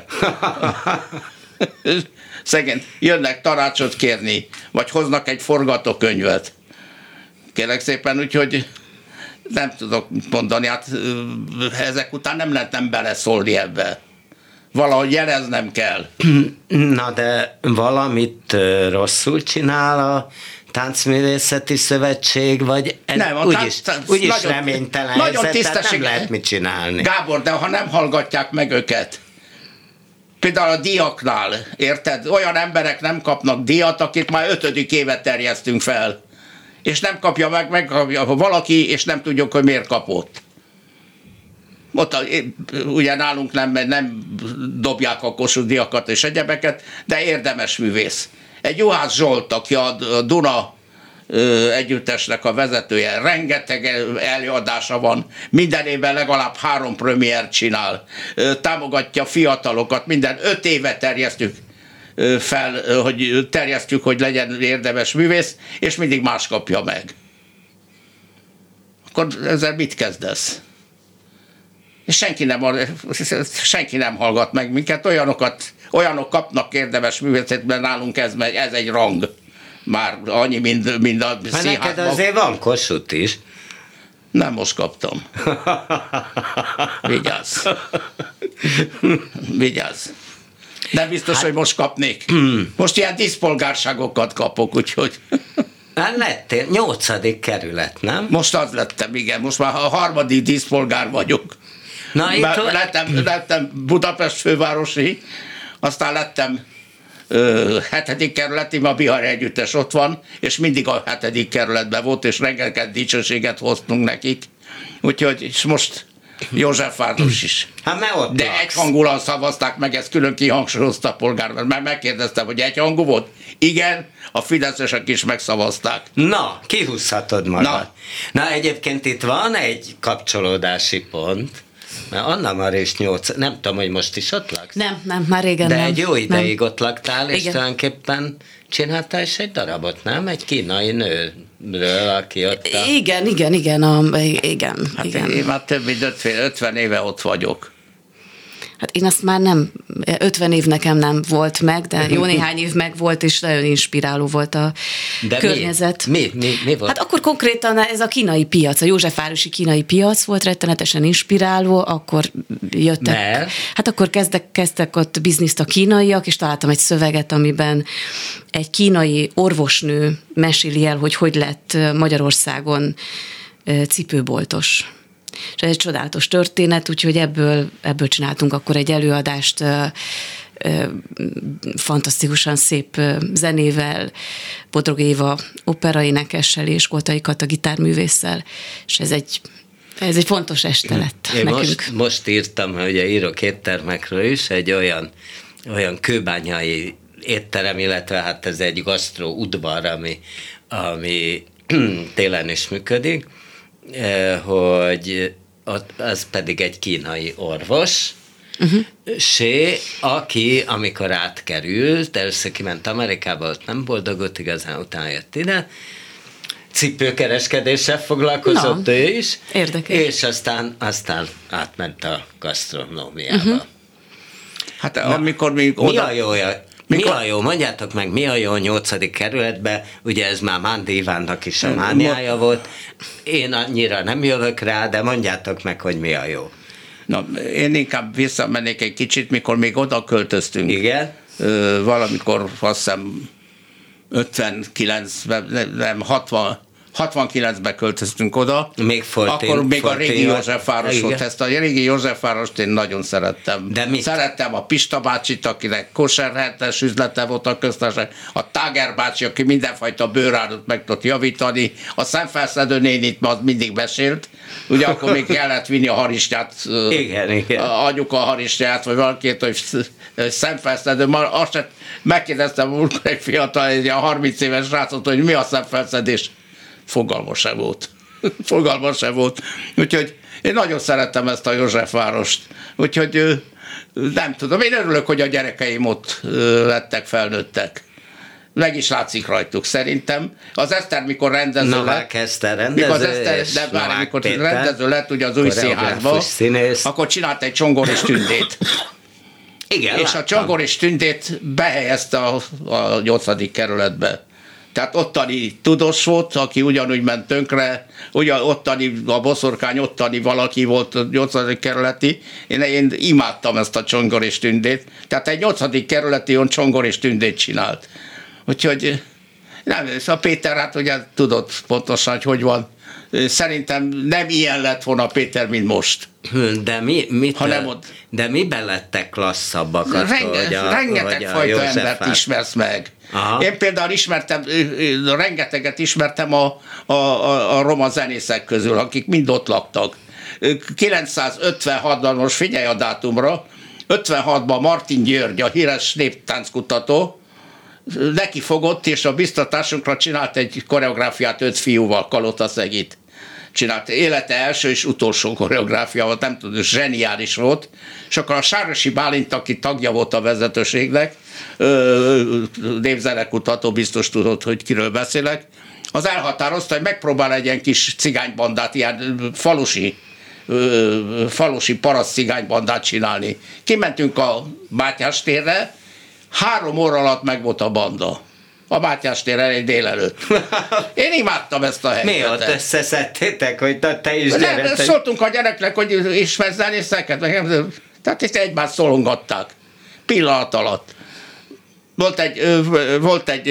Szegény, jönnek tanácsot kérni, vagy hoznak egy forgatókönyvet. Kérlek szépen, úgyhogy nem tudok mondani, hát ezek után nem lehetem beleszólni ebbe. Valahogy jeleznem kell. Na de valamit rosszul csinál a Táncművészeti Szövetség, vagy nem, úgyis úgy nagyon, reménytelen nagyon helyzet, tisztesség, nem lehet mit csinálni. Gábor, de ha nem hallgatják meg őket, például a díjaknál, érted? Olyan emberek nem kapnak díjat, akit már ötödik évet terjesztünk fel. És nem kapja meg, megkapja valaki, és nem tudjuk, hogy miért kapott. Ott a, ugye nálunk nem, nem dobják a Kossuth díjakat és egyebeket, de érdemes művész. Egy Juhász Zsolt, aki a Duna együttesnek a vezetője, rengeteg előadása van, minden évben legalább három premiért csinál, támogatja fiatalokat, minden öt éve terjesztjük fel, hogy terjesztjük, hogy legyen érdemes művész, és mindig más kapja meg. Akkor ezzel mit kezdesz? És senki nem, senki nem hallgat meg minket, olyanokat, olyanok kapnak érdemes művészet, mert nálunk ez, ez egy rang. Már annyi, mint, mint a színházban. Neked azért van Kossuth is. Nem most kaptam. Vigyázz. Vigyázz. Nem biztos, hát, hogy most kapnék. Most ilyen díszpolgárságokat kapok, úgyhogy... Hát lettél nyolcadik kerület, nem? Most az lettem, igen. Most már a harmadik díszpolgár vagyok. Na, itt lettem, lettem Budapest fővárosi, aztán lettem ö, hetedik kerületi, ma Bihari Együttes ott van, és mindig a hetedik kerületben volt, és rengeteg dicsőséget hoztunk nekik. Úgyhogy és most Józsefváros is. Hát, de egyhangulan szavazták meg, ezt külön kihangsúlyozta a polgármester, mert megkérdeztem, hogy egyhangú volt. Igen, a fideszesek is megszavazták. Na, kihúzhatod magad. Na. Na, egyébként itt van egy kapcsolódási pont, mert Anna Maria is nyolc, nem tudom, hogy most is ott laksz? Nem, nem, már régen De nem. egy jó ideig nem. ott laktál, és igen. Tulajdonképpen csináltál is egy darabot, nem? Egy kínai nőről, aki ott a... Igen, igen, igen, a, igen. Hát igen. Én már több mint ötven éve ott vagyok. Hát én azt már nem, ötven év nekem nem volt meg, de jó néhány év meg volt, és nagyon inspiráló volt a de környezet. Mi? Mi, mi, mi volt? Hát akkor konkrétan ez a kínai piac, a Józsefvárosi kínai piac volt rettenetesen inspiráló, akkor jöttek, Mert? hát akkor kezdek, kezdtek ott bizniszt a kínaiak, és találtam egy szöveget, amiben egy kínai orvosnő meséli el, hogy hogy lett Magyarországon cipőboltos. És ez egy csodálatos történet, úgyhogy ebből, ebből csináltunk akkor egy előadást fantasztikusan szép zenével, Bodrog Éva operaénekessel és Koltai Kata gitárművésszel, és ez egy Ez egy fontos este lett Én nekünk. Most, most írtam, hogy ugye írok éttermekről is, egy olyan, olyan kőbányai étterem, illetve hát ez egy gasztró udvar, ami, ami télen is működik, hogy az pedig egy kínai orvos, uh-huh. Sé, aki amikor átkerült, először kiment Amerikába, ott nem boldogult igazán, utána jött ide, cipőkereskedéssel foglalkozott Na, ő is, érdekes. És aztán, aztán átment a gasztronómiába. Uh-huh. Hát Na, amikor még oda... Mi a jó, mikor... mi a jó, mondjátok meg, mi a jó a nyolcadik kerületben, ugye ez már Mándi Ivánnak is a mániája Mo... volt, én annyira nem jövök rá, de mondjátok meg, hogy mi a jó. Na, én inkább visszamennék egy kicsit, mikor még oda költöztünk. Igen? Ö, valamikor azt hiszem ötvenkilencben, nem, hatvan, hatvankilencben költöztünk oda. Még fortin, Akkor még fortin, a régi Józsefváros volt. Ezt a régi Józsefvárost én nagyon szerettem. De mit? Szerettem a Pista bácsit, akinek kosárhetes üzlete volt a köztársaság, a Táger bácsi, aki mindenfajta bőrárut meg tudott javítani, a szemfelszedő nénit az mindig mesélt, ugye akkor még kellett vinni a haristját, igen, igen. anyuka a haristját, vagy valakit, hogy szemfelszedő, azt sem megkérdeztem úrkor egy fiatal, egy harminc éves srácot, hogy mi a szemfelszedés. Fogalma se volt. Fogalma se volt. Úgyhogy én nagyon szerettem ezt a Józsefvárost. Úgyhogy nem tudom, én örülök, hogy a gyerekeim ott lettek, felnőttek. Meg is látszik rajtuk szerintem. Az Eszter, mikor rendező Novák lett, Eszter rendező, mikor, Eszter, de már, mikor rendező lett ugye az új színházban, akkor csinált egy Csongor és Tündét. Igen, és láttam. a Csongor és Tündét behelyezte a, a nyolcadik kerületbe. Tehát ottani tudós volt, aki ugyanúgy ment tönkre, ugyan ottani, a boszorkány ottani valaki volt a nyolcadik kerületi. Én, én imádtam ezt a Csongor és Tündét. Tehát egy nyolcadik kerületi on Csongor és Tündét csinált. Úgyhogy nem, a Péter hát ugye tudott pontosan, hogy hogy van. Szerintem nem ilyen lett volna Péter, mint most. De, mi, mit, ha nem ott... de miben lettek klasszabbak? Renge, hogy a, rengeteg hogy fajta József embert Fát. Ismersz meg. Aha. Én például ismertem, rengeteget ismertem a, a, a, a roma zenészek közül, akik mind ott laktak. kilencszázötvenhatban, most figyelj a dátumra, ötvenhatban Martin György, a híres néptánckutató, neki fogott, és a biztatásunkra csinált egy koreográfiát öt fiúval, Kalota Szegit. Csinált élete első és utolsó koreográfia volt, nem tudom, zseniális volt, és akkor a Sárosi Bálint, aki tagja volt a vezetőségnek, népzenekutató, biztos tudod, hogy kiről beszélek, az elhatározta, hogy megpróbál egy ilyen kis cigánybandát, ilyen falusi, falusi paraszt cigánybandát csinálni. Kimentünk a Mátyás térre, három óra alatt meg volt a banda. A Mátyás téren egy délelőtt. Én imádtam ezt a helyzetet. Mi ott összeszedtétek, hogy te is gyere? Szóltunk a gyereknek, hogy ismersz zenészeket. Tehát itt egymást szólongatták. Pillanat alatt. Volt egy, volt egy,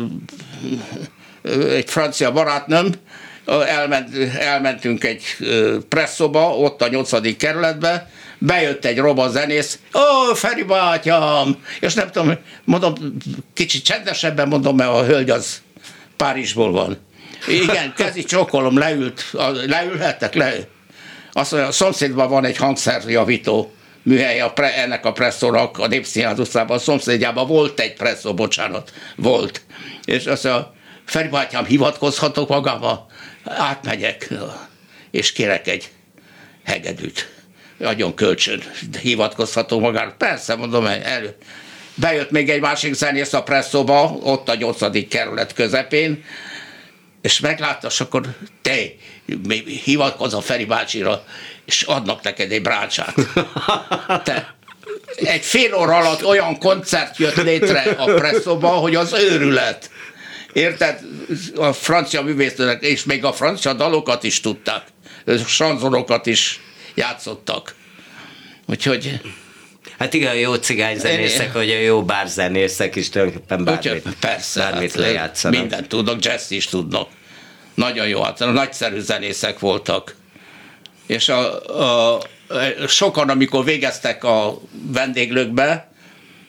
egy francia barátnőm, elment, elmentünk egy presszóba, ott a nyolcadik kerületbe, bejött egy roma zenész, ó, Feri bátyám, és nem tudom, mondom, kicsit csendesebben mondom, mert a hölgy az Párizsból van. Igen, kezi csókolom, leült, leülhettek, le. Azt mondja, a szomszédban van egy hangszerjavító műhely a pre, ennek a presszónak, a Népszínház utcában, a szomszédjában volt egy presszó, bocsánat, volt. És azt mondja, Feri bátyám, hivatkozhatok magába? Átmegyek, és kérek egy hegedűt. Nagyon kölcsön, hivatkozhatok magára. Persze, mondom, elő. Bejött még egy másik zenész a presszóba, ott a nyolcadik kerület közepén, és meglátta, és akkor te hivatkozz a Feri bácsira, és adnak neked egy brácsát. Te, egy fél óra alatt olyan koncert jött létre a presszóba, hogy az őrület. Érted? A francia művésznőnek, és még a francia dalokat is tudták. Sanzonokat is játszottak. Úgyhogy... Hát igen, a jó cigányzenészek, vagy a jó bárzenészek is tulajdonképpen bármit, persze, bármit hát lejátszanak. Mindent tudnak, jazz is tudnak. Nagyon jó, hát nagyszerű zenészek voltak. És a, a, sokan, amikor végeztek a vendéglőkbe,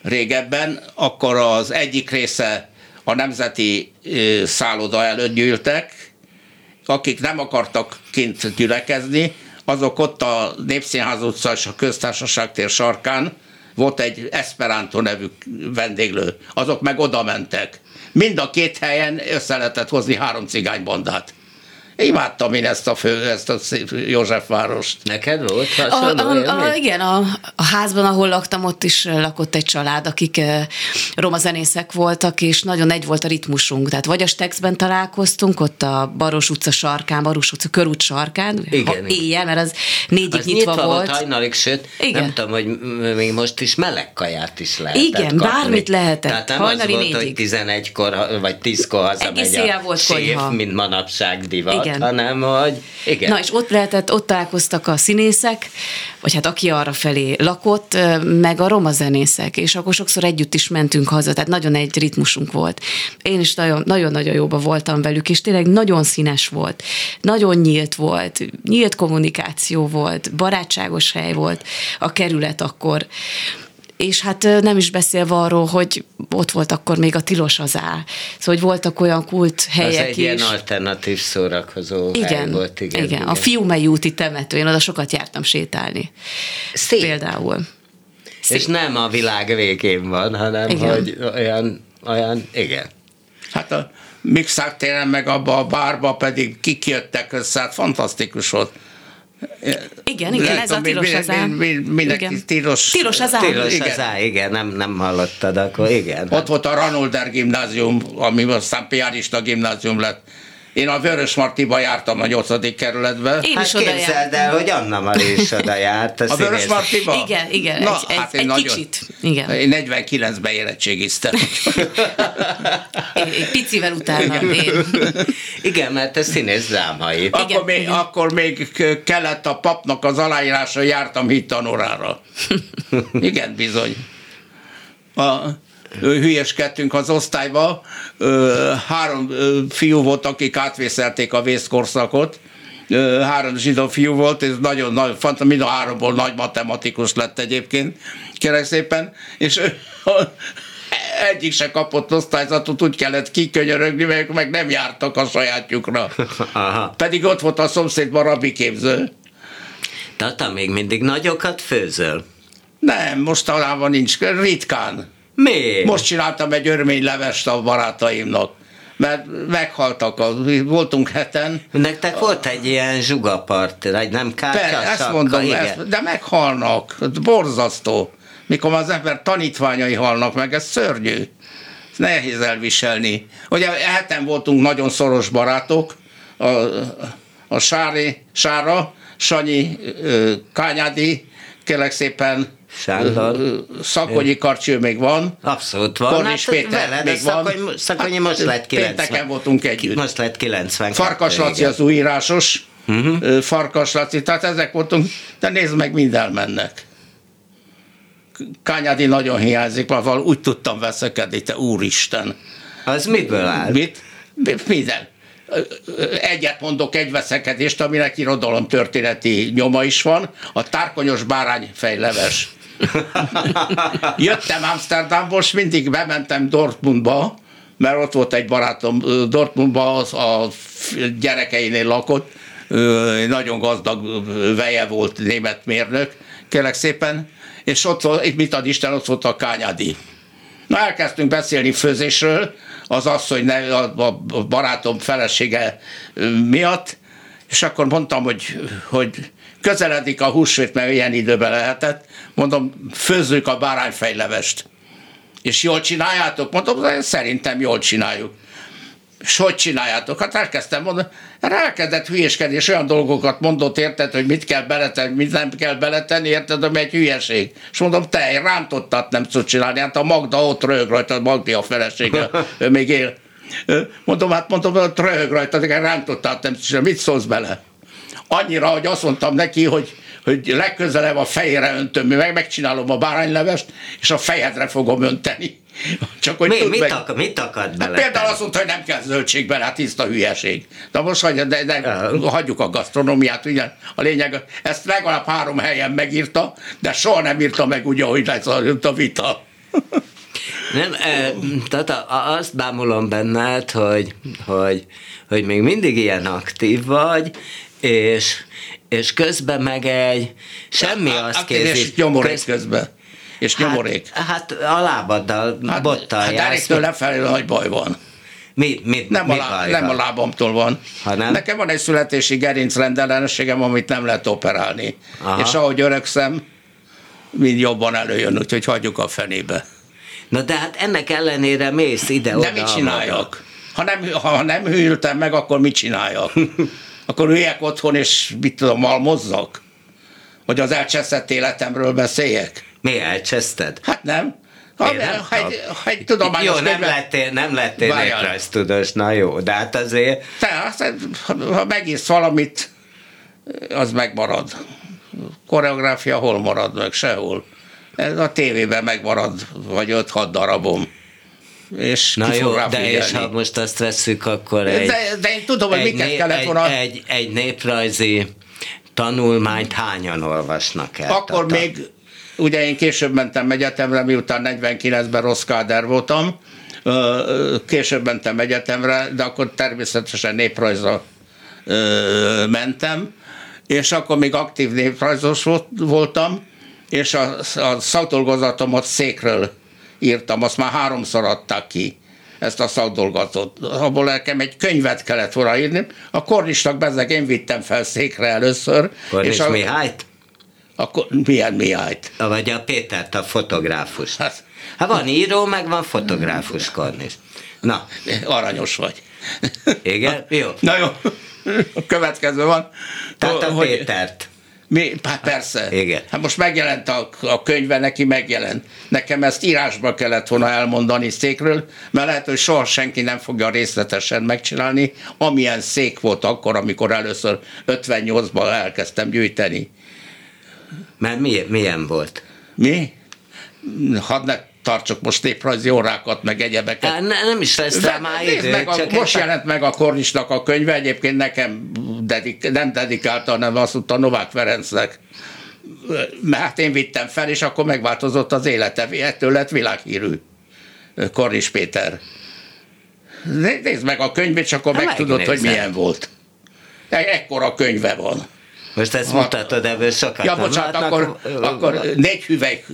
régebben, akkor az egyik része a Nemzeti szálloda előtt gyűltek, akik nem akartak kint gyülekezni, azok ott a Népszínház utca és a Köztársaság tér sarkán volt egy Esperanto nevű vendéglő, azok meg oda mentek. Mind a két helyen össze lehetett hozni három cigánybandát. Imádtam én ezt a, fő, ezt a Józsefvárost. Neked volt a, a, a, Igen, a, a házban, ahol laktam, ott is lakott egy család, akik eh, roma zenészek voltak, és nagyon egy volt a ritmusunk. Tehát vagy a Stexben találkoztunk, ott a Baros utca sarkán, Baros utca körút sarkán, igen, ha, éjjel, mert az négyig az nyitva, nyitva volt. volt hajnalig, sőt, igen. Nem tudom, hogy még most is meleg kaját is lehetett igen, kapni. Bármit lehetett. Tehát nem hajnali az volt, négyig. hogy tizenegykor vagy tízkor hazamegy a séf, mint manapság divat. Igen. Hanem, hogy igen. Na, és ott lehetett, ott találkoztak a színészek, vagy hát aki arra felé lakott, meg a roma zenészek, és akkor sokszor együtt is mentünk haza, tehát nagyon egy ritmusunk volt. Én is nagyon-nagyon jóban voltam velük, és tényleg nagyon színes volt, nagyon nyílt volt, nyílt kommunikáció volt, barátságos hely volt a kerület akkor. És hát nem is beszélve arról, hogy ott volt akkor még a Tilos az áll. Szóval, hogy voltak olyan kult helyek is. Az egy is. Ilyen alternatív szórakozó igen, hely volt. Igen, igen, igen. A Fiumei úti temető, én oda sokat jártam sétálni. Szép. Például. Szép. És nem a világ végén van, hanem igen. Hogy olyan, olyan, igen. Hát a Mixák téren meg abba a bárba pedig kik jöttek össze, hát fantasztikus volt. Igen, igen, ez a Tilos az áll. Mindenki Tilos. Tilos az áll. Tilos az áll, igen, nem, nem hallottad, akkor igen. Ott volt a Ranolder gimnázium, ami aztán piarista gimnázium lett. Én a Vörösmartyba jártam a nyolcadik kerületben. Én hát is oda képzeld el, hogy Anna Mari is oda járt. A, a Vörösmartyba? Igen, igen, Na, egy, hát egy, egy nagyon, kicsit. Igen. Én negyvenkilencben érettségiztem. Egy picivel utána. Én. Igen, mert ez színész drámai. Akkor, igen, még, igen. akkor még kellett a papnak az aláírása, jártam hittanórára. Igen, bizony. A, hülyeskedtünk az osztályba, három fiú volt, akik átvészelték a vészkorszakot, három zsidó fiú volt, és nagyon nagy, fantasztikus, mind a háromból nagy matematikus lett egyébként, kérlek szépen, és egyik se kapott osztályzatot, úgy kellett kikönyörögni, mert meg nem jártak a sajátjukra. Aha. Pedig ott volt a szomszédban rabbi képző. Tata, még mindig nagyokat főzöl? Nem, mostanában nincs, ritkán. Miért? Most csináltam egy örménylevest a barátaimnak, mert meghaltak, a, voltunk heten. Nektek volt egy ilyen zsugapart, egy nem kártya, Ezt mondom, ezt, de meghalnak, borzasztó. Mikor az ember tanítványai halnak meg, ez szörnyű. Nehéz elviselni. Ugye heten voltunk nagyon szoros barátok, a, a Sári, Sára, Sanyi, Kányádi, kérlek szépen, Sándor. Szakonyi Karcső még van. Abszolút van. Kornis hát, Péter veled, még van. Szakonyi, Szakonyi most hát, lett kilencven. Pénteken voltunk együtt. Most lett kilencven. Farkas Laci az újírásos. Uh-huh. Farkas Laci, tehát ezek voltunk, de nézd meg, mind elmennek. Kányádi nagyon hiányzik, mert úgy tudtam veszekedni, te úristen. Az miből áll? Mit? Minden. Egyet mondok, egy veszekedést, aminek irodalomtörténeti nyoma is van, a tárkonyos bárányfejleves. Jöttem Amsterdamból, és mindig bementem Dortmundba, mert ott volt egy barátom Dortmundba, az a gyerekeinél lakott, nagyon gazdag veje volt, német mérnök, kérlek szépen, és ott volt, mit ad Isten, ott volt a Kányádi. Na, elkezdtünk beszélni főzésről, az asszony, a barátom felesége miatt, és akkor mondtam, hogy, hogy közeledik a húsvét, mert ilyen időben lehetett, mondom, főzzük a bárányfejlevest. És jól csináljátok? Mondom, szerintem jól csináljuk. És hogy csináljátok? Hát elkezdtem mondani, elkezdett hülyeskedni, és olyan dolgokat mondott, érted, hogy mit kell beletenni, mit nem kell beletenni, érted, ami egy hülyeség. És mondom, te egy rántottat nem tudsz csinálni, hát a Magda ott röhög rajta, Magdi a felesége, ő még él. Mondom, hát mondom, ott röhög rajta, de rántottat nem tudsz csinálni, mit szólsz bele? Annyira, hogy azt mondtam neki, hogy hogy legközelebb a fejére öntöm, meg megcsinálom a báránylevest, és a fejedre fogom önteni. Csak hogy Mi, tud mit, meg... ak- mit akad bele? Hát például azt mondta, hogy nem kell zöldség bele, hát tiszta hülyeség. De most hagyja, de, de uh-huh. hagyjuk a gasztronómiát, ugye a lényeg, ezt legalább három helyen megírta, de soha nem írta meg úgy, ahogy lesz a, a vita. Nem, tehát azt bámulom benned, hogy, hogy, hogy még mindig ilyen aktív vagy, és, és közben meg egy semmi azt kézi. És nyomorék köz... közben. És nyomorék. Hát, hát a lábaddal, hát, bottal hát jársz. Deréktől lefelé nagy baj van. Mi, mi, nem, mi a lá, nem a lábamtól van. Nekem van egy születési gerincrendellenességem, amit nem lehet operálni. Aha. És ahogy öregszem, mind jobban előjön, úgyhogy hagyjuk a fenébe. Na de hát ennek ellenére mész ide-oda. De mit csináljak? Ha nem, ha nem hűltem meg, akkor mit csináljak? Akkor üljek otthon, és mit tudom, malmozzak? Vagy az elcseszett életemről beszéljek? Mi elcseszted? Hát nem. Ha, nem ha, egy, ha egy tudományos... Jó, nem könyve... lettél, nem lettél néprajztudós, na jó, de hát azért... Te, ha megírsz valamit, az megmarad. Koreográfia hol marad meg? Sehol. Ez a tévében megmarad, vagy öt-hat darabom. És na ki jó, fog rá de figyelni. És ha most azt vesszük, akkor egy... De, de én tudom, hogy miket né, kellett volna... Egy, egy, egy néprajzi tanulmányt hányan olvasnak el? Akkor tata? Még... Ugye én később mentem egyetemre, miután negyvenkilencben rossz káder voltam, később mentem egyetemre, de akkor természetesen néprajzra mentem, és akkor még aktív néprajzos voltam, és a, a szakdolgozatomat székről írtam, azt már háromszor adták ki, ezt a szakdolgozatot. Abból nekem egy könyvet kellett volna írni, a Kornisnak bezzeg én vittem fel székre először. Kornis és a, Mihályt? Akkor milyen Mihályt? Vagy a Pétert, a fotográfus. Hát, hát van író, meg van fotográfus, Kornis. Na. Aranyos vagy. Igen? Jó. Na jó. A következő van. Tehát a hogy, Pétert. Mi? Hát persze. Igen. Hát most megjelent a, a könyve, neki megjelent. Nekem ezt írásba kellett volna elmondani székről, mert lehet, hogy soha senki nem fogja részletesen megcsinálni, amilyen szék volt akkor, amikor először ötvennyolcban elkezdtem gyűjteni. Mert milyen, milyen volt? Mi? Hadd ne tartsuk most néprajzi órákat, meg egyebeket. Há, ne, nem is lesz rá már idő. Meg a, most jelent meg a Kornisnak a könyve, egyébként nekem dedik, nem dedikálta, hanem azt mondta Novák Ferencnek. Hát én vittem fel, és akkor megváltozott az élete. Ettől lett világhírű Kornis Péter. Nézd meg a könyvét, és akkor megtudod, hogy milyen volt. Ekkora könyve van. Most ezt mutatod, ebből sokat ja, bocsánat, akkor, akkor négy hüvely.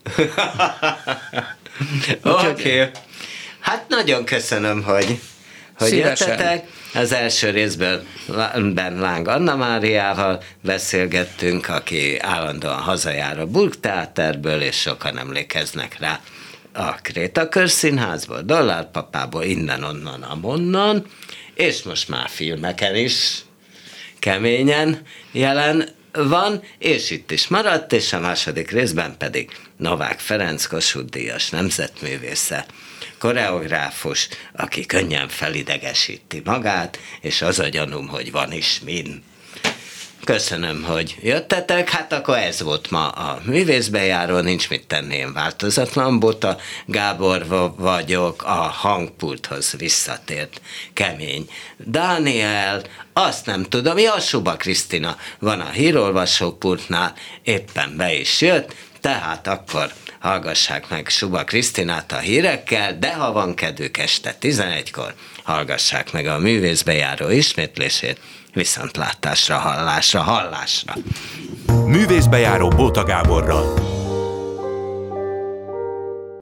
Oké. Okay. Hát nagyon köszönöm, hogy, hogy jöttetek. Az első részben Láng Anna Máriával beszélgettünk, aki állandóan hazajár a Burgtheaterből, és sokan emlékeznek rá a Kréta Körszínházból, Dollárpapából, innen-onnan, amonnan, és most már filmeken is keményen jelen van, és itt is maradt, és a második részben pedig Novák Ferenc Kossuth-díjas nemzetművésze, koreográfus, aki könnyen felidegesíti magát, és az a gyanúm, hogy van is mind. Köszönöm, hogy jöttetek, hát akkor ez volt ma a művészbejáró, nincs mit tenni, én változatlan Bóta Gábor vagyok, a hangpulthoz visszatért kemény Dániel, azt nem tudom, ja, Suba Krisztina van a hírolvasópultnál, éppen be is jött, tehát akkor hallgassák meg Suba Krisztinát a hírekkel, de ha van kedvük este tizenegykor, hallgassák meg a művészbejáró ismétlését, viszontlátásra, hallásra, hallásra. Művészbejáró Bóta Gáborral.